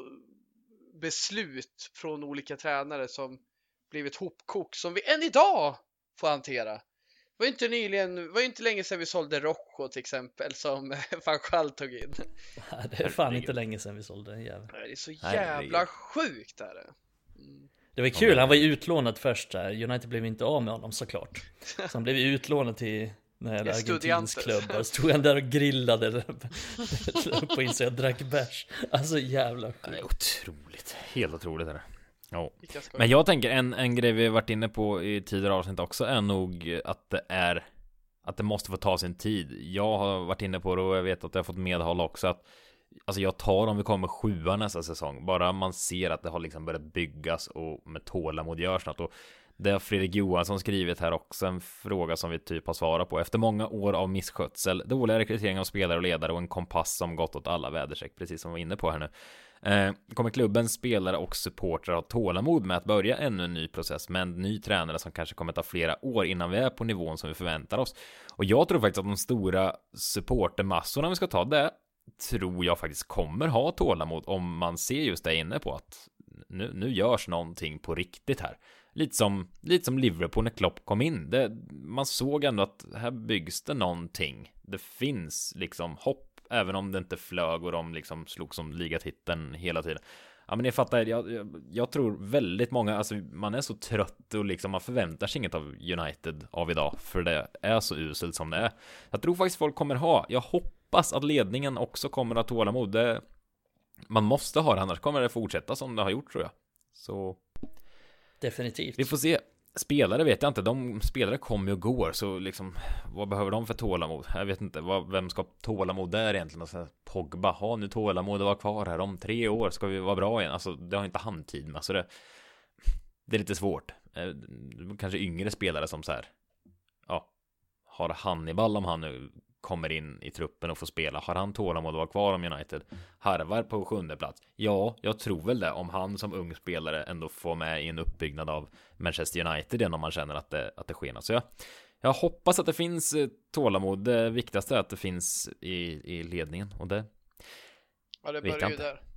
beslut från olika tränare som blivit hopkok som vi än idag får hantera. Det var inte nyligen, det var inte länge sedan vi sålde Rojo till exempel, som Van Gaal tog in. Nej, det är fan inte länge sedan vi sålde den jäveln. Det är så jävla sjukt är det. Mm. Det var kul, han var ju utlånad först där. United blev inte av med honom såklart. Så han blev ju utlånad till den här argentinsk klubb. Och stod han där och grillade på insidan och drack bärs. Alltså jävla sjukt. Det är otroligt, helt otroligt är det. Ja. Vilka ska- Men jag tänker en, en grej vi har varit inne på i tidigare avsnitt också är nog att det är att det måste få ta sin tid. Jag har varit inne på det och jag vet att jag har fått medhåll också att alltså jag tar om vi kommer sjua nästa säsong. Bara man ser att det har liksom börjat byggas och med tålamod görs något. Och det har Fredrik Johansson skrivit här också, en fråga som vi typ har svarat på. Efter många år av misskötsel, dåliga rekrytering av spelare och ledare och en kompass som gått åt alla väderstreck, precis som vi var inne på här nu. Eh, kommer klubbens spelare och supportrar ha tålamod med att börja ännu en ny process med en ny tränare som kanske kommer ta flera år innan vi är på nivån som vi förväntar oss? Och jag tror faktiskt att de stora supportermassorna, vi ska ta det, tror jag faktiskt kommer ha tålamod om man ser just det inne på att nu, nu görs någonting på riktigt här. Lite som, lite som Liverpool när Klopp kom in. Det, man såg ändå att här byggs det någonting. Det finns liksom hopp, även om det inte flög och de liksom slog som ligatiteln hela tiden. Ja, men ni fattar, jag, jag, jag tror väldigt många, alltså man är så trött och liksom man förväntar sig inget av United av idag, för det är så uselt som det är. Jag tror faktiskt folk kommer ha, jag hoppas att ledningen också kommer att ha tålamod. Det, man måste ha det, annars kommer det fortsätta som det har gjort, tror jag. Så Definitivt. vi får se. Spelare vet jag inte, de spelare kommer och går, så liksom vad behöver de för tålamod? Jag vet inte, vad, vem ska ha tålamod där egentligen? Alltså, Pogba, ha nu tålamod och vara kvar här, om tre år ska vi vara bra igen. Alltså det har inte han tid med, så det, det är lite svårt. eh, Kanske yngre spelare som så här, ja, har Hannibal, om han nu kommer in i truppen och får spela, har han tålamod att vara kvar om United harvar på sjunde plats? Ja, jag tror väl det, om han som ung spelare ändå får med i en uppbyggnad av Manchester United igen, om man känner att det, att det sker något. Så jag, jag hoppas att det finns tålamod. Det viktigaste är att det finns i, i ledningen, och det Ja, det vet börjar jag ju inte. där.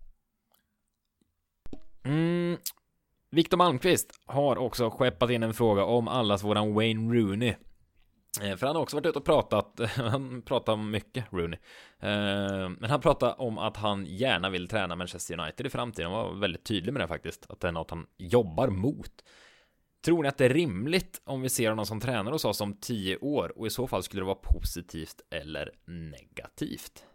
Mm. Victor Malmqvist har också skeppat in en fråga om allas våran Wayne Rooney. För han har också varit ute och pratat, han pratar mycket, Rooney. Men han pratar om att han gärna vill träna Manchester United i framtiden. Han var väldigt tydlig med det faktiskt, att det är något han jobbar mot. Tror ni att det är rimligt om vi ser honom som tränare hos oss om tio år? Och i så fall skulle det vara positivt eller negativt?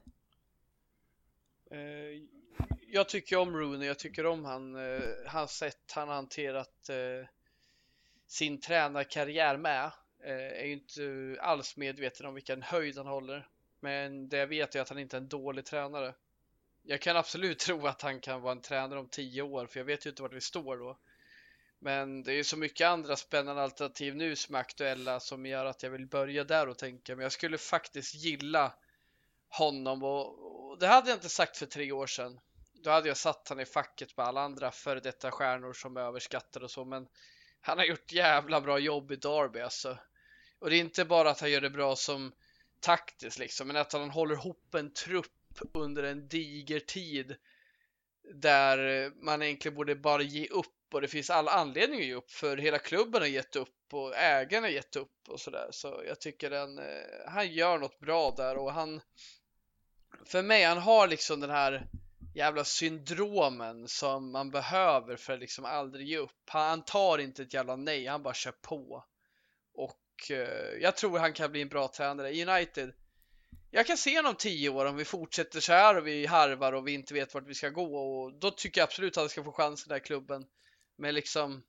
Eh, jag tycker om Rooney, jag tycker om han, eh, hans sätt han har hanterat eh, sin tränarkarriär med. Är ju inte alls medveten om vilken höjd han håller. Men det jag vet är att han inte är en dålig tränare. Jag kan absolut tro att han kan vara en tränare om tio år, för jag vet ju inte vart vi står då. Men det är ju så mycket andra spännande alternativ nu som är aktuella, som gör att jag vill börja där och tänka. Men jag skulle faktiskt gilla honom, och, och det hade jag inte sagt för tre år sedan. Då hade jag satt han i facket på alla andra före detta stjärnor som är överskattade och så. Men han har gjort jävla bra jobb i Derby alltså. Och det är inte bara att han gör det bra som taktiskt liksom, men att han håller ihop en trupp under en diger tid där man egentligen borde bara ge upp, och det finns all anledning att ge upp, för hela klubben har gett upp och ägarna har gett upp och sådär. Så jag tycker den, han gör något bra där, och han, för mig, han har liksom den här jävla syndromen som man behöver för att liksom aldrig ge upp. Han tar inte ett jävla nej, han bara kör på. Och uh, jag tror han kan bli en bra tränare. I United, jag kan se om tio år om vi fortsätter så här och vi harvar och vi inte vet vart vi ska gå, och då tycker jag absolut att han ska få chansen i den här klubben. Men liksom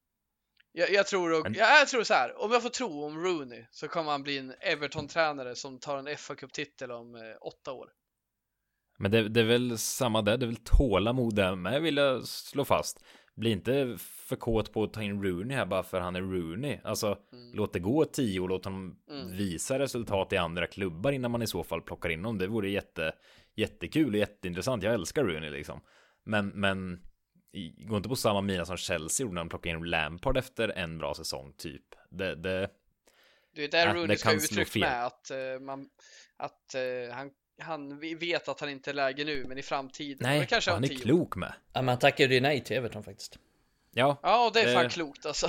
jag, jag tror och, Men- jag, jag tror så här, om jag får tro om Rooney så kommer han bli en Everton-tränare som tar en F A Cup-titel om eh, åtta år. Men det, det är väl samma där, det är väl tålamod där med, vill jag slå fast. Bli inte för kåt på att ta in Rooney här bara för han är Rooney. Alltså, Mm. låt det gå tio och låt honom Mm. visa resultat i andra klubbar innan man i så fall plockar in honom. Det vore jätte, jättekul och jätteintressant. Jag älskar Rooney liksom. Men, men i- gå inte på samma mina som Chelsea gjorde när de plockade in Lampard efter en bra säsong typ. Det, det, Det är där Ja, Rooney det ska kan slå uttrycka fel. med att, eh, man, att eh, han, han vi vet att han inte är läge nu, men i framtiden. nej, Men kanske han om är tio år. klok med. Ja, men han tackade ju nej till Everton faktiskt. Ja, Ja, och det är fan Eh, klokt alltså.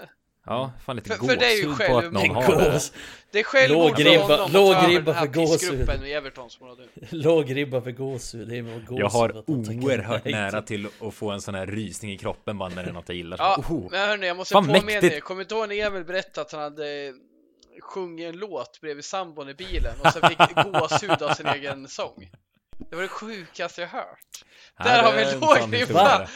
ja, fan lite För- för det är ju gåshud på att själv- någon En har det. gås. Det är självmord Låg för ribba- honom att låg ta över ribba den här för gåshud. pissgruppen i Everton som hon har nu. Låg ribba för gåshud. Det är med gåshud. Jag har att han tackade oerhört nej nära till att få en sån här rysning i kroppen bara när det är något jag gillar. Ja, Oh. men hörni, jag måste Fan, påminna mäktigt. er. Kommer inte ihåg när Emil berättade att han hade sjungit en låt bredvid sambon i bilen och sen fick gåshud av sin egen sång? Det var det sjukaste jag hört. Ja, Där det har är vi en låg sann ribba. historia.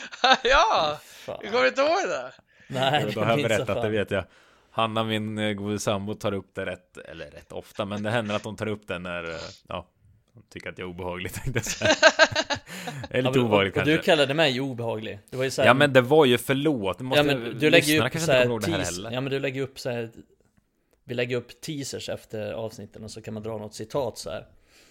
Ja, Fan. jag kommer inte ihåg det. Nej, Jo, det då har jag minns berättat, fan. det vet jag. Hanna, min eh, gode sambo, tar upp det rätt, eller rätt ofta, men det händer att hon tar upp det när, eh, ja, hon tycker att jag är obehaglig, tänkte jag säga. Det är Ja, lite men- obehagligt och, och du kanske. kallade mig obehaglig. Det var ju så här, Ja, men det var ju förlåt. Det måste, ja, men du lägger ju lyssnarna upp kanske så inte här, kommer ihåg det här teas, heller. ja, men du lägger upp så här, vi lägger upp teasers efter avsnitten och så kan man dra något citat så här.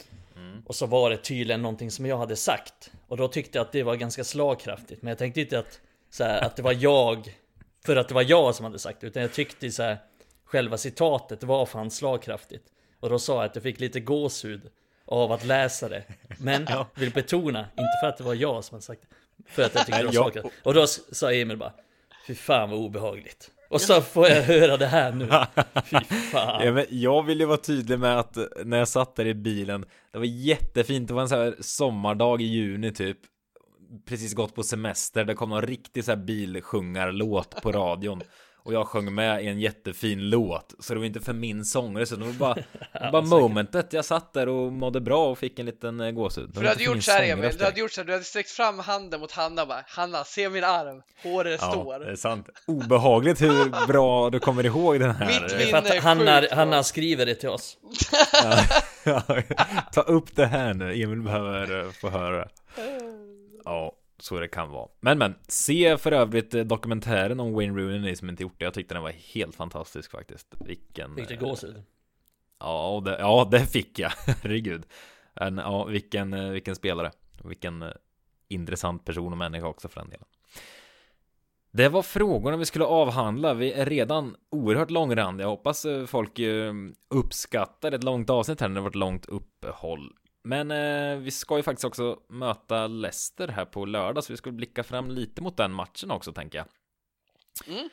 Mm. Och så var det tydligen någonting som jag hade sagt. Och då tyckte jag att det var ganska slagkraftigt. Men jag tänkte inte att, så här, att det var jag, för att det var jag som hade sagt det. Utan jag tyckte så här, själva citatet var fan slagkraftigt. Och då sa jag att jag fick lite gåshud av att läsa det. Men vill betona, inte för att det var jag som hade sagt det. För att jag tyckte det var Ja. slagkraftigt. Och då s- sa Emil bara, fy fan vad obehagligt. Och så får jag höra det här nu. Fy fan. Ja, men jag vill ju vara tydlig med att eh, när jag satt där i bilen, det var jättefint, det var en sån här sommardag i juni typ, precis gått på semester, det kom någon riktig så här bilsjungarlåt på radion och jag sjöng med i en jättefin låt, så det var inte för min sångare, så det var bara, bara momentet, jag satt där och mådde bra och fick en liten eh, gåshud. Det För var du inte hade min gjort så här sångröst Emil, du direkt. hade gjort så här, du hade sträckt fram handen mot Hanna och bara, Hanna, se min arm, håret Ja, står. det är sant. Obehagligt hur bra du kommer ihåg den här. Mitt Det är minne för att är Hanna, sjukt bra. Hanna skriver det till oss. Ja, ta upp det här nu. Emil behöver eh, få höra. Ja, så det kan vara. Men men, se för övrigt eh, dokumentären om Wayne Rooney, ni som inte gjort det. Jag tyckte den var helt fantastisk faktiskt. Vilken... Fick du eh, gåshud? Ja, och det, ja, det fick jag. Herregud. En, ja, vilken, eh, vilken spelare. Vilken eh, intressant person och människa också för den delen. Det var frågorna vi skulle avhandla. Vi är redan oerhört långrandiga. Jag hoppas eh, folk eh, uppskattar ett långt avsnitt här när det var ett långt uppehåll. Men eh, vi ska ju faktiskt också möta Leicester här på lördag, så vi ska blicka fram lite mot den matchen också, tänker jag. Mm.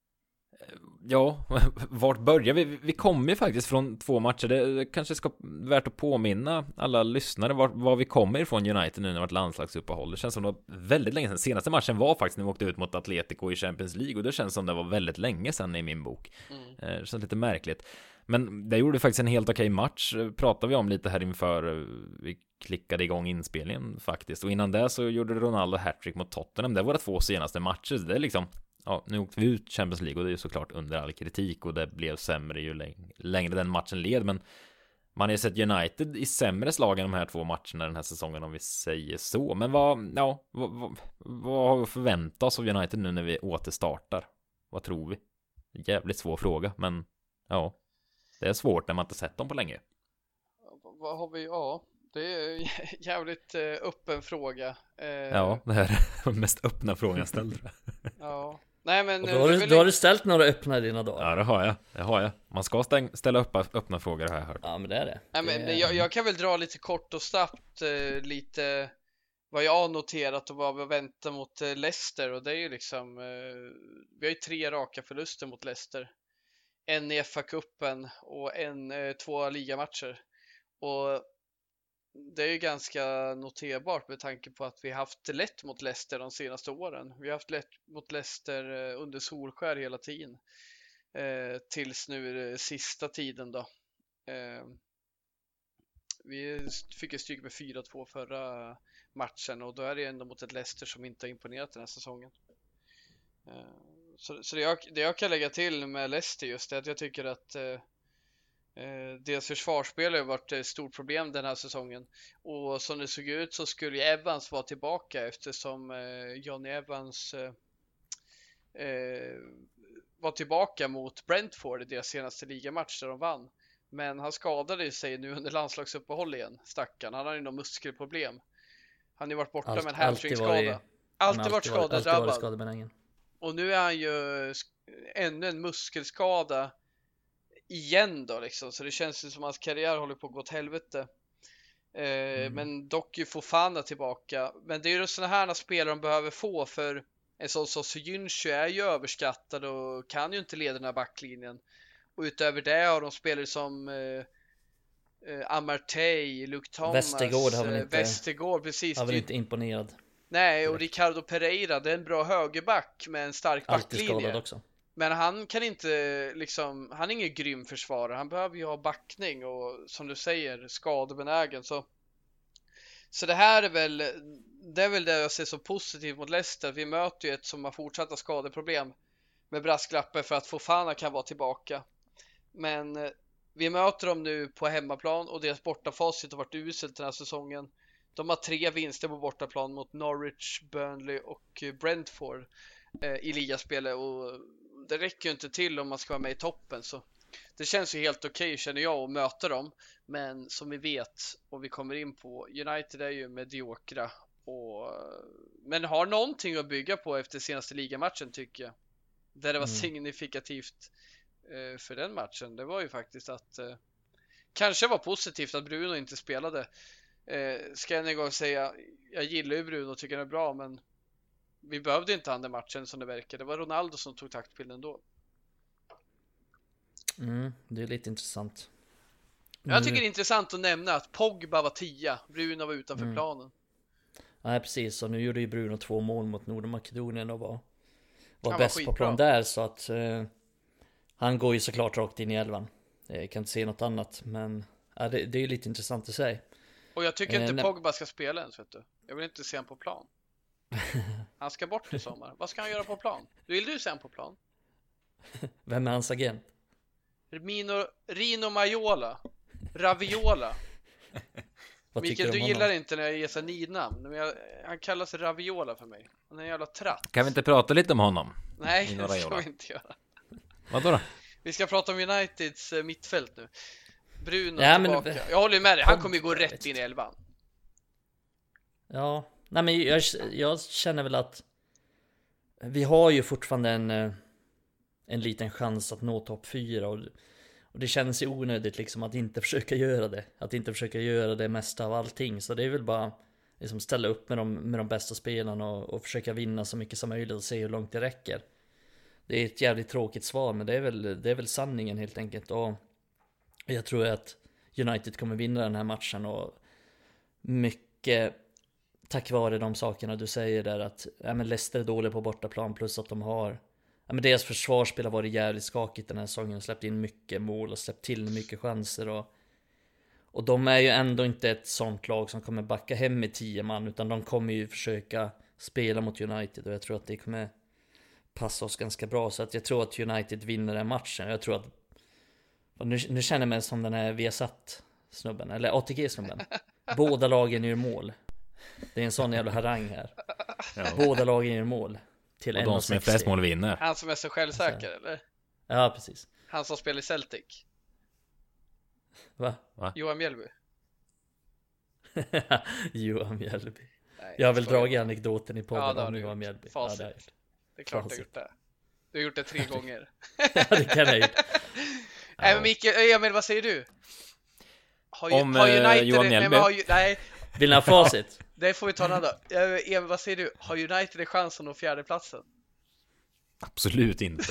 Ja, vart börjar vi? Vi kommer ju faktiskt från två matcher. Det kanske ska värt att påminna alla lyssnare var, var vi kommer ifrån United nu när det var ett landslagsuppehåll. Det känns som det var väldigt länge sedan. Senaste matchen var faktiskt när vi åkte ut mot Atletico i Champions League, och det känns som det var väldigt länge sedan i min bok. Mm. Eh, Det känns lite märkligt. Men det gjorde faktiskt en helt okej match. Eh, Pratade vi om lite här inför eh, vi klickade igång inspelningen faktiskt. Och innan det så gjorde Ronaldo hattrick mot Tottenham. Det var våra två senaste matcher. Så det är liksom, ja, nu åkte vi ut Champions League och det är ju såklart under all kritik och det blev sämre ju läng- längre den matchen led. Men man har ju sett United i sämre slag än de här två matcherna den här säsongen, om vi säger så. Men vad, ja, vad, vad, vad har vi förväntat oss av United nu när vi återstartar? Vad tror vi? Jävligt svår fråga, men ja, det är svårt när man inte sett dem på länge. Vad har vi? Ja, det är jävligt eh, öppen fråga. Eh, Ja, det här är den mest öppna frågan jag ställde. ja. Nej men Och eh, då, har det du, är väl då har du ställt några öppna i dina dagar. Ja, det har jag. Det har jag. Man ska stäng, ställa upp öppna frågor, har jag hört. Ja, men det är det. Nej, men det är... jag, jag kan väl dra lite kort och snabbt eh, lite vad jag har noterat och vad vi väntar mot eh, Leicester, och det är ju liksom eh, vi har ju tre raka förluster mot Leicester, en i F A-cupen och en eh, två ligamatcher, och det är ju ganska noterbart med tanke på att vi har haft lätt mot Leicester de senaste åren. Vi har haft lätt mot Leicester eh, under Solskär hela tiden eh, tills nu eh, sista tiden då. Eh, Vi fick ju stryk med fyra två förra matchen och då är det ändå mot ett Leicester som inte har imponerat den här säsongen. Så, så det, jag, det jag kan lägga till med Leicester just är att jag tycker att eh, deras försvarsspel har varit ett stort problem den här säsongen. Och som det såg ut så skulle Evans vara tillbaka eftersom eh, Johnny Evans eh, eh, var tillbaka mot Brentford i deras senaste ligamatch där de vann. Men han skadade sig nu under landslagsuppehåll igen, stackarn. Han har ju något muskelproblem. Han har ju varit borta Allt, med en hamstringskada. Alltid, alltid varit skadedrabbad. Skadebenägen. Och nu är han ju ännu en muskelskada igen då liksom. Så det känns ju som att hans karriär håller på att gå åt helvete. Eh, mm. Men dock ju Fofana tillbaka. Men det är ju sådana här spelare de behöver få, för en sån som Soyuncu är ju överskattad och kan ju inte leda den här backlinjen. Och utöver det har de spelare som eh, eh, Amartey, Luke Thomas, Westergaard har väl inte, Westergaard, precis. har väl inte imponerad. Nej, och Ricardo Pereira, det är en bra högerback med en stark backlinje. Alltid skadad också. Men han kan inte liksom, han är ingen grym försvarare. Han behöver ju ha backning och som du säger, skadebenägen. Så, så det här är väl, det är väl det jag ser så positivt mot Leicester. Vi möter ju ett som har fortsatta skadeproblem med brasklappar för att Fofana kan vara tillbaka. Men eh, vi möter dem nu på hemmaplan och deras bortafacit har varit uselt den här säsongen. De har tre vinster på bortaplan mot Norwich, Burnley och Brentford eh, i ligaspelet, och det räcker ju inte till om man ska vara med i toppen, så det känns ju helt okej okay, känner jag, att möta dem. Men som vi vet och vi kommer in på, United är ju mediokra och, men har någonting att bygga på efter senaste ligamatchen tycker jag. Där det var mm. signifikativt eh, för den matchen, det var ju faktiskt att eh, kanske var positivt att Bruno inte spelade. Eh, ska jag en gång säga, jag gillar ju Bruno och tycker han är bra, men vi behövde inte han den matchen som det verkar. Det var Ronaldo som tog taktpinnen då. Mm, det är lite intressant. Jag tycker det är intressant att nämna att Pogba var tia, Bruno var utanför mm. planen. Nej, precis. Och nu gjorde ju Bruno två mål mot Nordmakedonien och var, var var bäst skitbra på plan där, så att eh, han går ju såklart rakt in i elvan. Jag kan inte se något annat, men ja, det, det är lite intressant att säga. Och jag tycker eh, inte nej. Pogba ska spela ens, vet du. Jag vill inte se han på plan. Han ska bort i sommar. Vad ska han göra på plan? Vill du se han på plan? Vem är hans agent? Mino, Rino Majola. Raviola. Mikael, du, du gillar inte när jag ger sig nidnamn, men jag, han kallar sig Raviola för mig. Han är en jävla tratt. Kan vi inte prata lite om honom? Nej, det ska vi inte göra. Vadå då? Vi ska prata om Uniteds mittfält nu. Bruno ja, tillbaka. Men... Jag håller med dig, han kommer ju gå rätt in i elvan. Ja, nej men jag, jag känner väl att vi har ju fortfarande en, en liten chans att nå topp fyra, och, och det känns ju onödigt liksom att inte försöka göra det. Att inte försöka göra det mesta av allting. Så det är väl bara liksom ställa upp med de, med de bästa spelarna och, och försöka vinna så mycket som möjligt och se hur långt det räcker. Det är ett jävligt tråkigt svar, men det är väl, det är väl sanningen helt enkelt. Och jag tror att United kommer vinna den här matchen, och mycket tack vare de sakerna du säger där, att ja, men Leicester är dåliga på bortaplan, plus att de har ja, men deras försvarsspel har varit jävligt skakigt den här säsongen, släppt in mycket mål och släppt till mycket chanser, och, och de är ju ändå inte ett sånt lag som kommer backa hem med tio man, utan de kommer ju försöka spela mot United, och jag tror att det kommer passa oss ganska bra. Så att jag tror att United vinner den matchen. Jag tror att nu, nu känner jag mig som den här Viasat-snubben, eller A T G-snubben. Båda lagen gör mål. Det är en sån jävla harang här. Ja. Båda lagen gör mål till och de som är flest mål vinner. Han som är så självsäker, eller? Ja, precis. Han som spelar i Celtic. Va? Va? Johan Mjällby. Johan Mjällby. Nej, jag har väl dragit anekdoten i podden ja, om Johan Mjällby. Ja, det, det är klart Facit. Du har gjort det. Du har gjort det tre gånger. Ja, det kan jag gjort. Nej, men Mikael, Emil, vad säger du? Har, om har United, Johan Mjällby? Nej, har, nej. Vill ni ha facit? Det får vi ta en annan. Emil, vad säger du? Har United en chans att nå fjärdeplatsen? Absolut inte.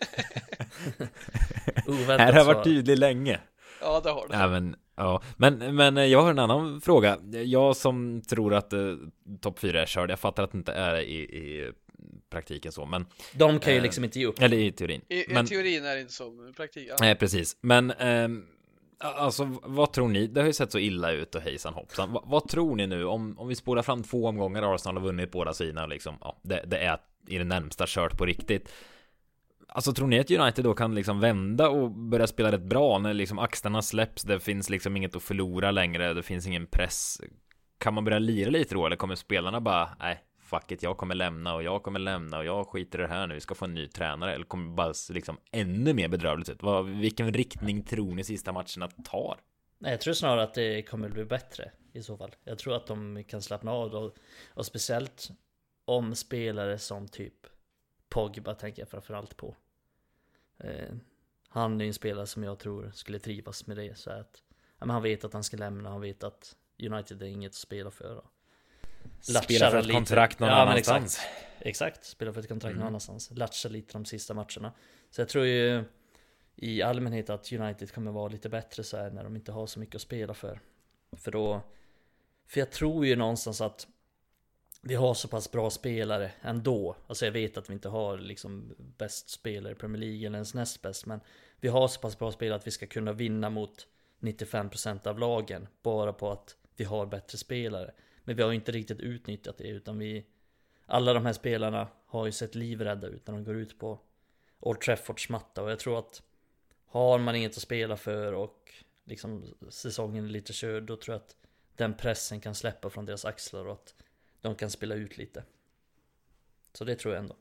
Här har jag varit tydlig länge. Ja, det har du. Ja, men, ja. men, men jag har en annan fråga. Jag som tror att eh, topp fyra är körd. Jag fattar att det inte är i, i praktiken så, men de kan ju eh, liksom inte ge upp. Eller i teorin. I, men, i teorin är det inte så, men i praktiken. Nej, ja. eh, precis. Men eh, Alltså, vad tror ni? Det har ju sett så illa ut och hejsan hoppsan. Va, vad tror ni nu om, om vi spolar fram två omgångar Arsenal har vunnit båda sina liksom, ja, det, det är i det närmsta kört på riktigt. Alltså, tror ni att United då kan liksom vända och börja spela rätt bra när liksom axlarna släpps, det finns liksom inget att förlora längre, det finns ingen press? Kan man börja lira lite då, eller kommer spelarna bara, nej, fuck it, jag kommer lämna och jag kommer lämna och jag skiter i det här nu, vi ska få en ny tränare, eller kommer bara liksom ännu mer bedrövligt ut? Vad, vilken riktning tror ni sista matcherna tar? Nej, jag tror snarare att det kommer bli bättre i så fall. Jag tror att de kan slappna av och, och speciellt om spelare som typ Pogba tänker jag framförallt på. Eh, han är en spelare som jag tror skulle trivas med det, så att ja, men han vet att han ska lämna, han vet att United är inget att spela för då. Spela för ett kontrakt någon ja, annanstans. Exakt. exakt, spela för ett kontrakt mm. någon annanstans. Latcha lite de sista matcherna. Så jag tror ju i allmänhet att United kommer vara lite bättre så här när de inte har så mycket att spela för. För då, för jag tror ju någonstans att vi har så pass bra spelare ändå. Alltså jag vet att vi inte har liksom bäst spelare i Premier League eller ens näst bäst, men vi har så pass bra spelare att vi ska kunna vinna mot nittiofem procent av lagen bara på att vi har bättre spelare. Men vi har ju inte riktigt utnyttjat det, utan vi, alla de här spelarna har ju sett livrädda ut när de går ut på Old Traffords matta, och jag tror att har man inget att spela för och liksom säsongen är lite körd, då tror jag att den pressen kan släppa från deras axlar och att de kan spela ut lite. Så det tror jag ändå.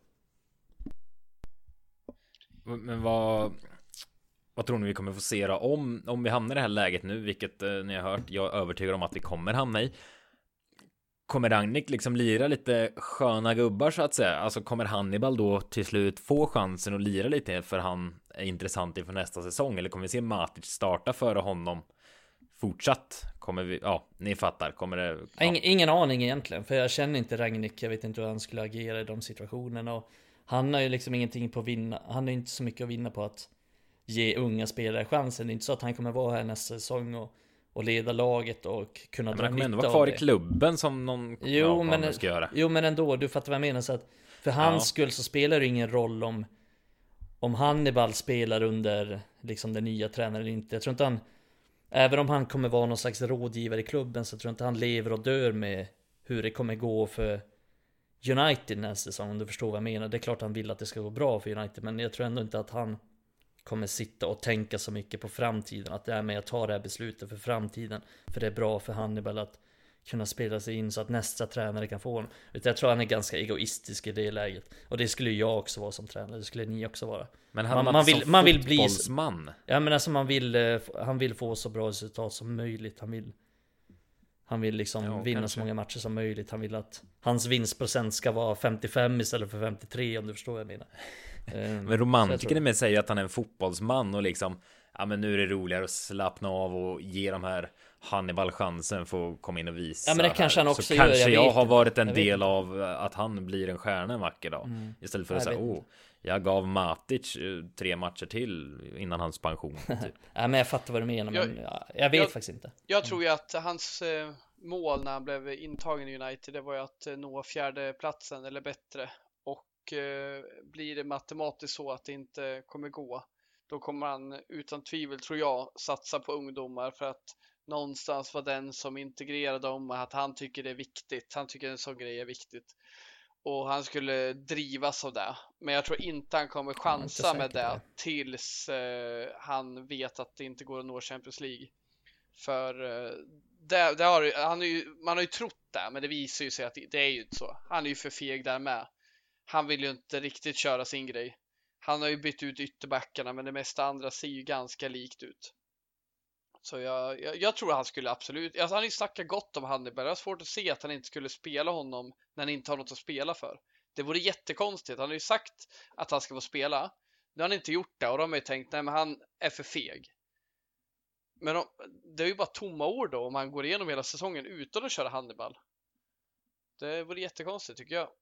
Men vad vad tror ni vi kommer få se då? Om, om vi hamnar i det här läget nu, vilket eh, ni har hört, jag är övertygad om att vi kommer hamna i. Kommer Rangnick liksom lira lite sköna gubbar så att säga? Alltså kommer Hannibal då till slut få chansen att lira lite för han är intressant inför nästa säsong? Eller kommer vi se Matic starta före honom fortsatt? Kommer vi, ja, ni fattar, kommer det... Ja. Ingen, ingen aning egentligen, för jag känner inte Rangnick, jag vet inte hur han skulle agera i de situationerna, och han har ju liksom ingenting på att vinna, han har inte så mycket att vinna på att ge unga spelare chansen. Det är inte så att han kommer vara här nästa säsong och, och leda laget och kunna ja, dra nytta av det. Men han kommer ändå vara kvar i klubben som någon jo, ja, men, ska göra. Jo men ändå, du fattar vad jag menar, så att för hans ja. skull så spelar det ingen roll om om Hannibal spelar under liksom den nya tränaren eller inte. Jag tror inte han, även om han kommer vara någon slags rådgivare i klubben, så tror jag inte han lever och dör med hur det kommer gå för United nästa säsong, om du förstår vad jag menar. Det är klart han vill att det ska gå bra för United, men jag tror ändå inte att han kommer sitta och tänka så mycket på framtiden, att det är med att ta det här beslutet för framtiden, för det är bra för Hannibal att kunna spela sig in så att nästa tränare kan få honom. Utan jag tror han är ganska egoistisk i det läget, och det skulle jag också vara som tränare, det skulle ni också vara. Men han man, man vill, man vill bli fotbollsman. Ja, men alltså man vill, han vill få så bra resultat som möjligt. Han vill Han vill liksom ja, vinna kanske så många matcher som möjligt. Han vill att hans vinstprocent ska vara femtiofem istället för femtiotre, om du förstår vad jag menar. Men romantiken med säger att han är en fotbollsman och liksom, ja men nu är det roligare att slappna av och ge de här Hannibal chansen för att komma in och visa. Ja, men det kanske han också så gör. kanske jag, jag har varit en jag del av att han blir en stjärna en vacker dag. Mm. Istället för att säga, åh, jag gav Matic tre matcher till innan hans pension. Typ. Ja, men jag fattar vad du menar, men jag, jag, jag vet jag, faktiskt inte. Jag tror ju att hans eh, mål när han blev intagen i United, det var ju att eh, nå fjärde platsen eller bättre. Och eh, blir det matematiskt så att det inte kommer gå, då kommer han utan tvivel, tror jag, satsa på ungdomar för att någonstans vara den som integrerar dem, att han tycker det är viktigt. Han tycker en sån grej är viktigt. Och han skulle drivas av det. Men jag tror inte han kommer chansa med det, det tills eh, han vet att det inte går att nå Champions League. För eh, det, det har, han är ju, man har ju trott det, men det visar ju sig att det, det är ju inte så. Han är ju för feg där med. Han vill ju inte riktigt köra sin grej. Han har ju bytt ut ytterbackarna, men det mesta andra ser ju ganska likt ut. Så jag, jag, jag tror han skulle absolut, alltså han har ju snackat gott om Hannibal. Jag har svårt att se att han inte skulle spela honom när han inte har något att spela för. Det vore jättekonstigt. Han har ju sagt att han ska få spela. Nu har han inte gjort det, och de har ju tänkt, nej men han är för feg. Men de, det är ju bara tomma ord då om han går igenom hela säsongen utan att köra Hannibal. Det vore jättekonstigt tycker jag.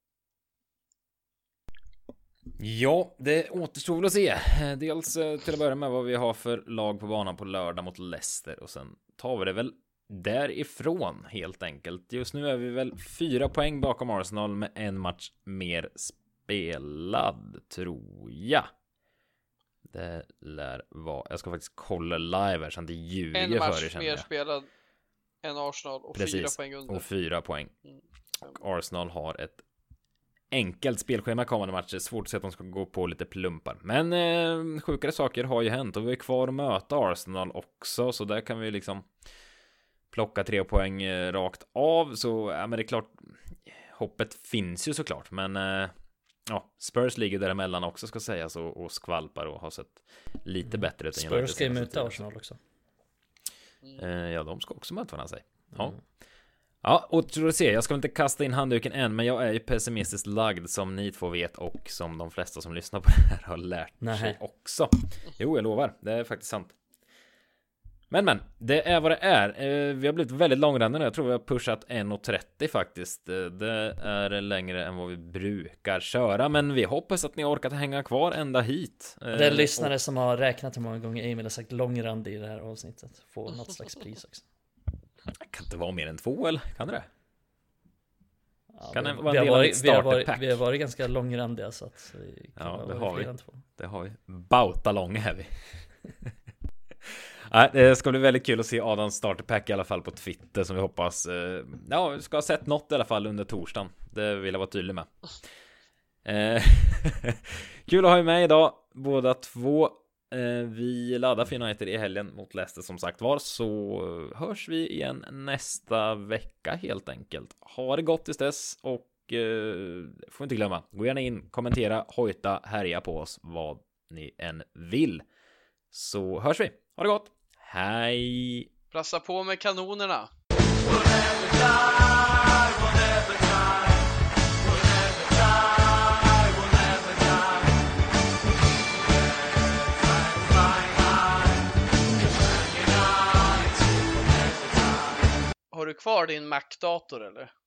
Ja, det återstår väl att se. Dels till att börja med vad vi har för lag på banan på lördag mot Leicester, och sen tar vi det väl därifrån helt enkelt. Just nu är vi väl fyra poäng bakom Arsenal med en match mer spelad, tror jag. Det lär vara, jag ska faktiskt kolla live här så att det ljuger En för match er, känner mer jag. spelad än Arsenal och Precis. fyra poäng under. Och fyra poäng. Mm. Och Arsenal har ett enkelt spelschema kommande matcher. Svårt att se att de ska gå på lite plumpar. Men eh, sjukare saker har ju hänt. Och vi är kvar att möta Arsenal också. Så där kan vi liksom plocka tre poäng eh, rakt av. Så ja, men det är klart, hoppet finns ju såklart. Men eh, ja, Spurs ligger däremellan också, ska sägas. Och, och skvalpar och har sett lite bättre ut. Spurs ska ju möta Arsenal också. Eh, ja, de ska också möta varandra, sig. Ja. Mm. Ja, och tror du se, jag ska inte kasta in handduken än, men jag är ju pessimistiskt lagd som ni två vet och som de flesta som lyssnar på det här har lärt Nej. sig också. Jo, jag lovar, det är faktiskt sant. Men men, det är vad det är. Eh, vi har blivit väldigt långrandiga nu. Jag tror vi har pushat en trettio faktiskt. Eh, det är längre än vad vi brukar köra, men vi hoppas att ni har orkat hänga kvar ända hit. Eh, Det är lyssnare och... som har räknat hur många gånger Emil har sagt långrandig i det här avsnittet får något slags pris också. Det kan inte vara mer än två, eller? Kan det? Ja, Kan vi, det vara vi, en har del av varit, ett vi, har varit, starterpack? vi har varit ganska långrandiga så att vi kan Ja, ha det varit har fler vi. än två. Det har vi. Bauta långa är vi. Nej, det ska bli väldigt kul att se Adams starterpack i alla fall på Twitter, som vi hoppas. Eh, ja, vi ska ha sett något i alla fall under torsdagen. Det vill jag vara tydlig med. Eh, kul att ha er med idag, båda två. Eh, vi laddar för United i helgen mot Leicester som sagt var. Så hörs vi igen nästa vecka helt enkelt. Ha det gott tills dess. Och eh, får inte glömma, gå gärna in, kommentera, hojta, härja på oss vad ni än vill. Så hörs vi. Ha det gott. Hej! Prassa på med kanonerna. Har du kvar din Mac-dator eller?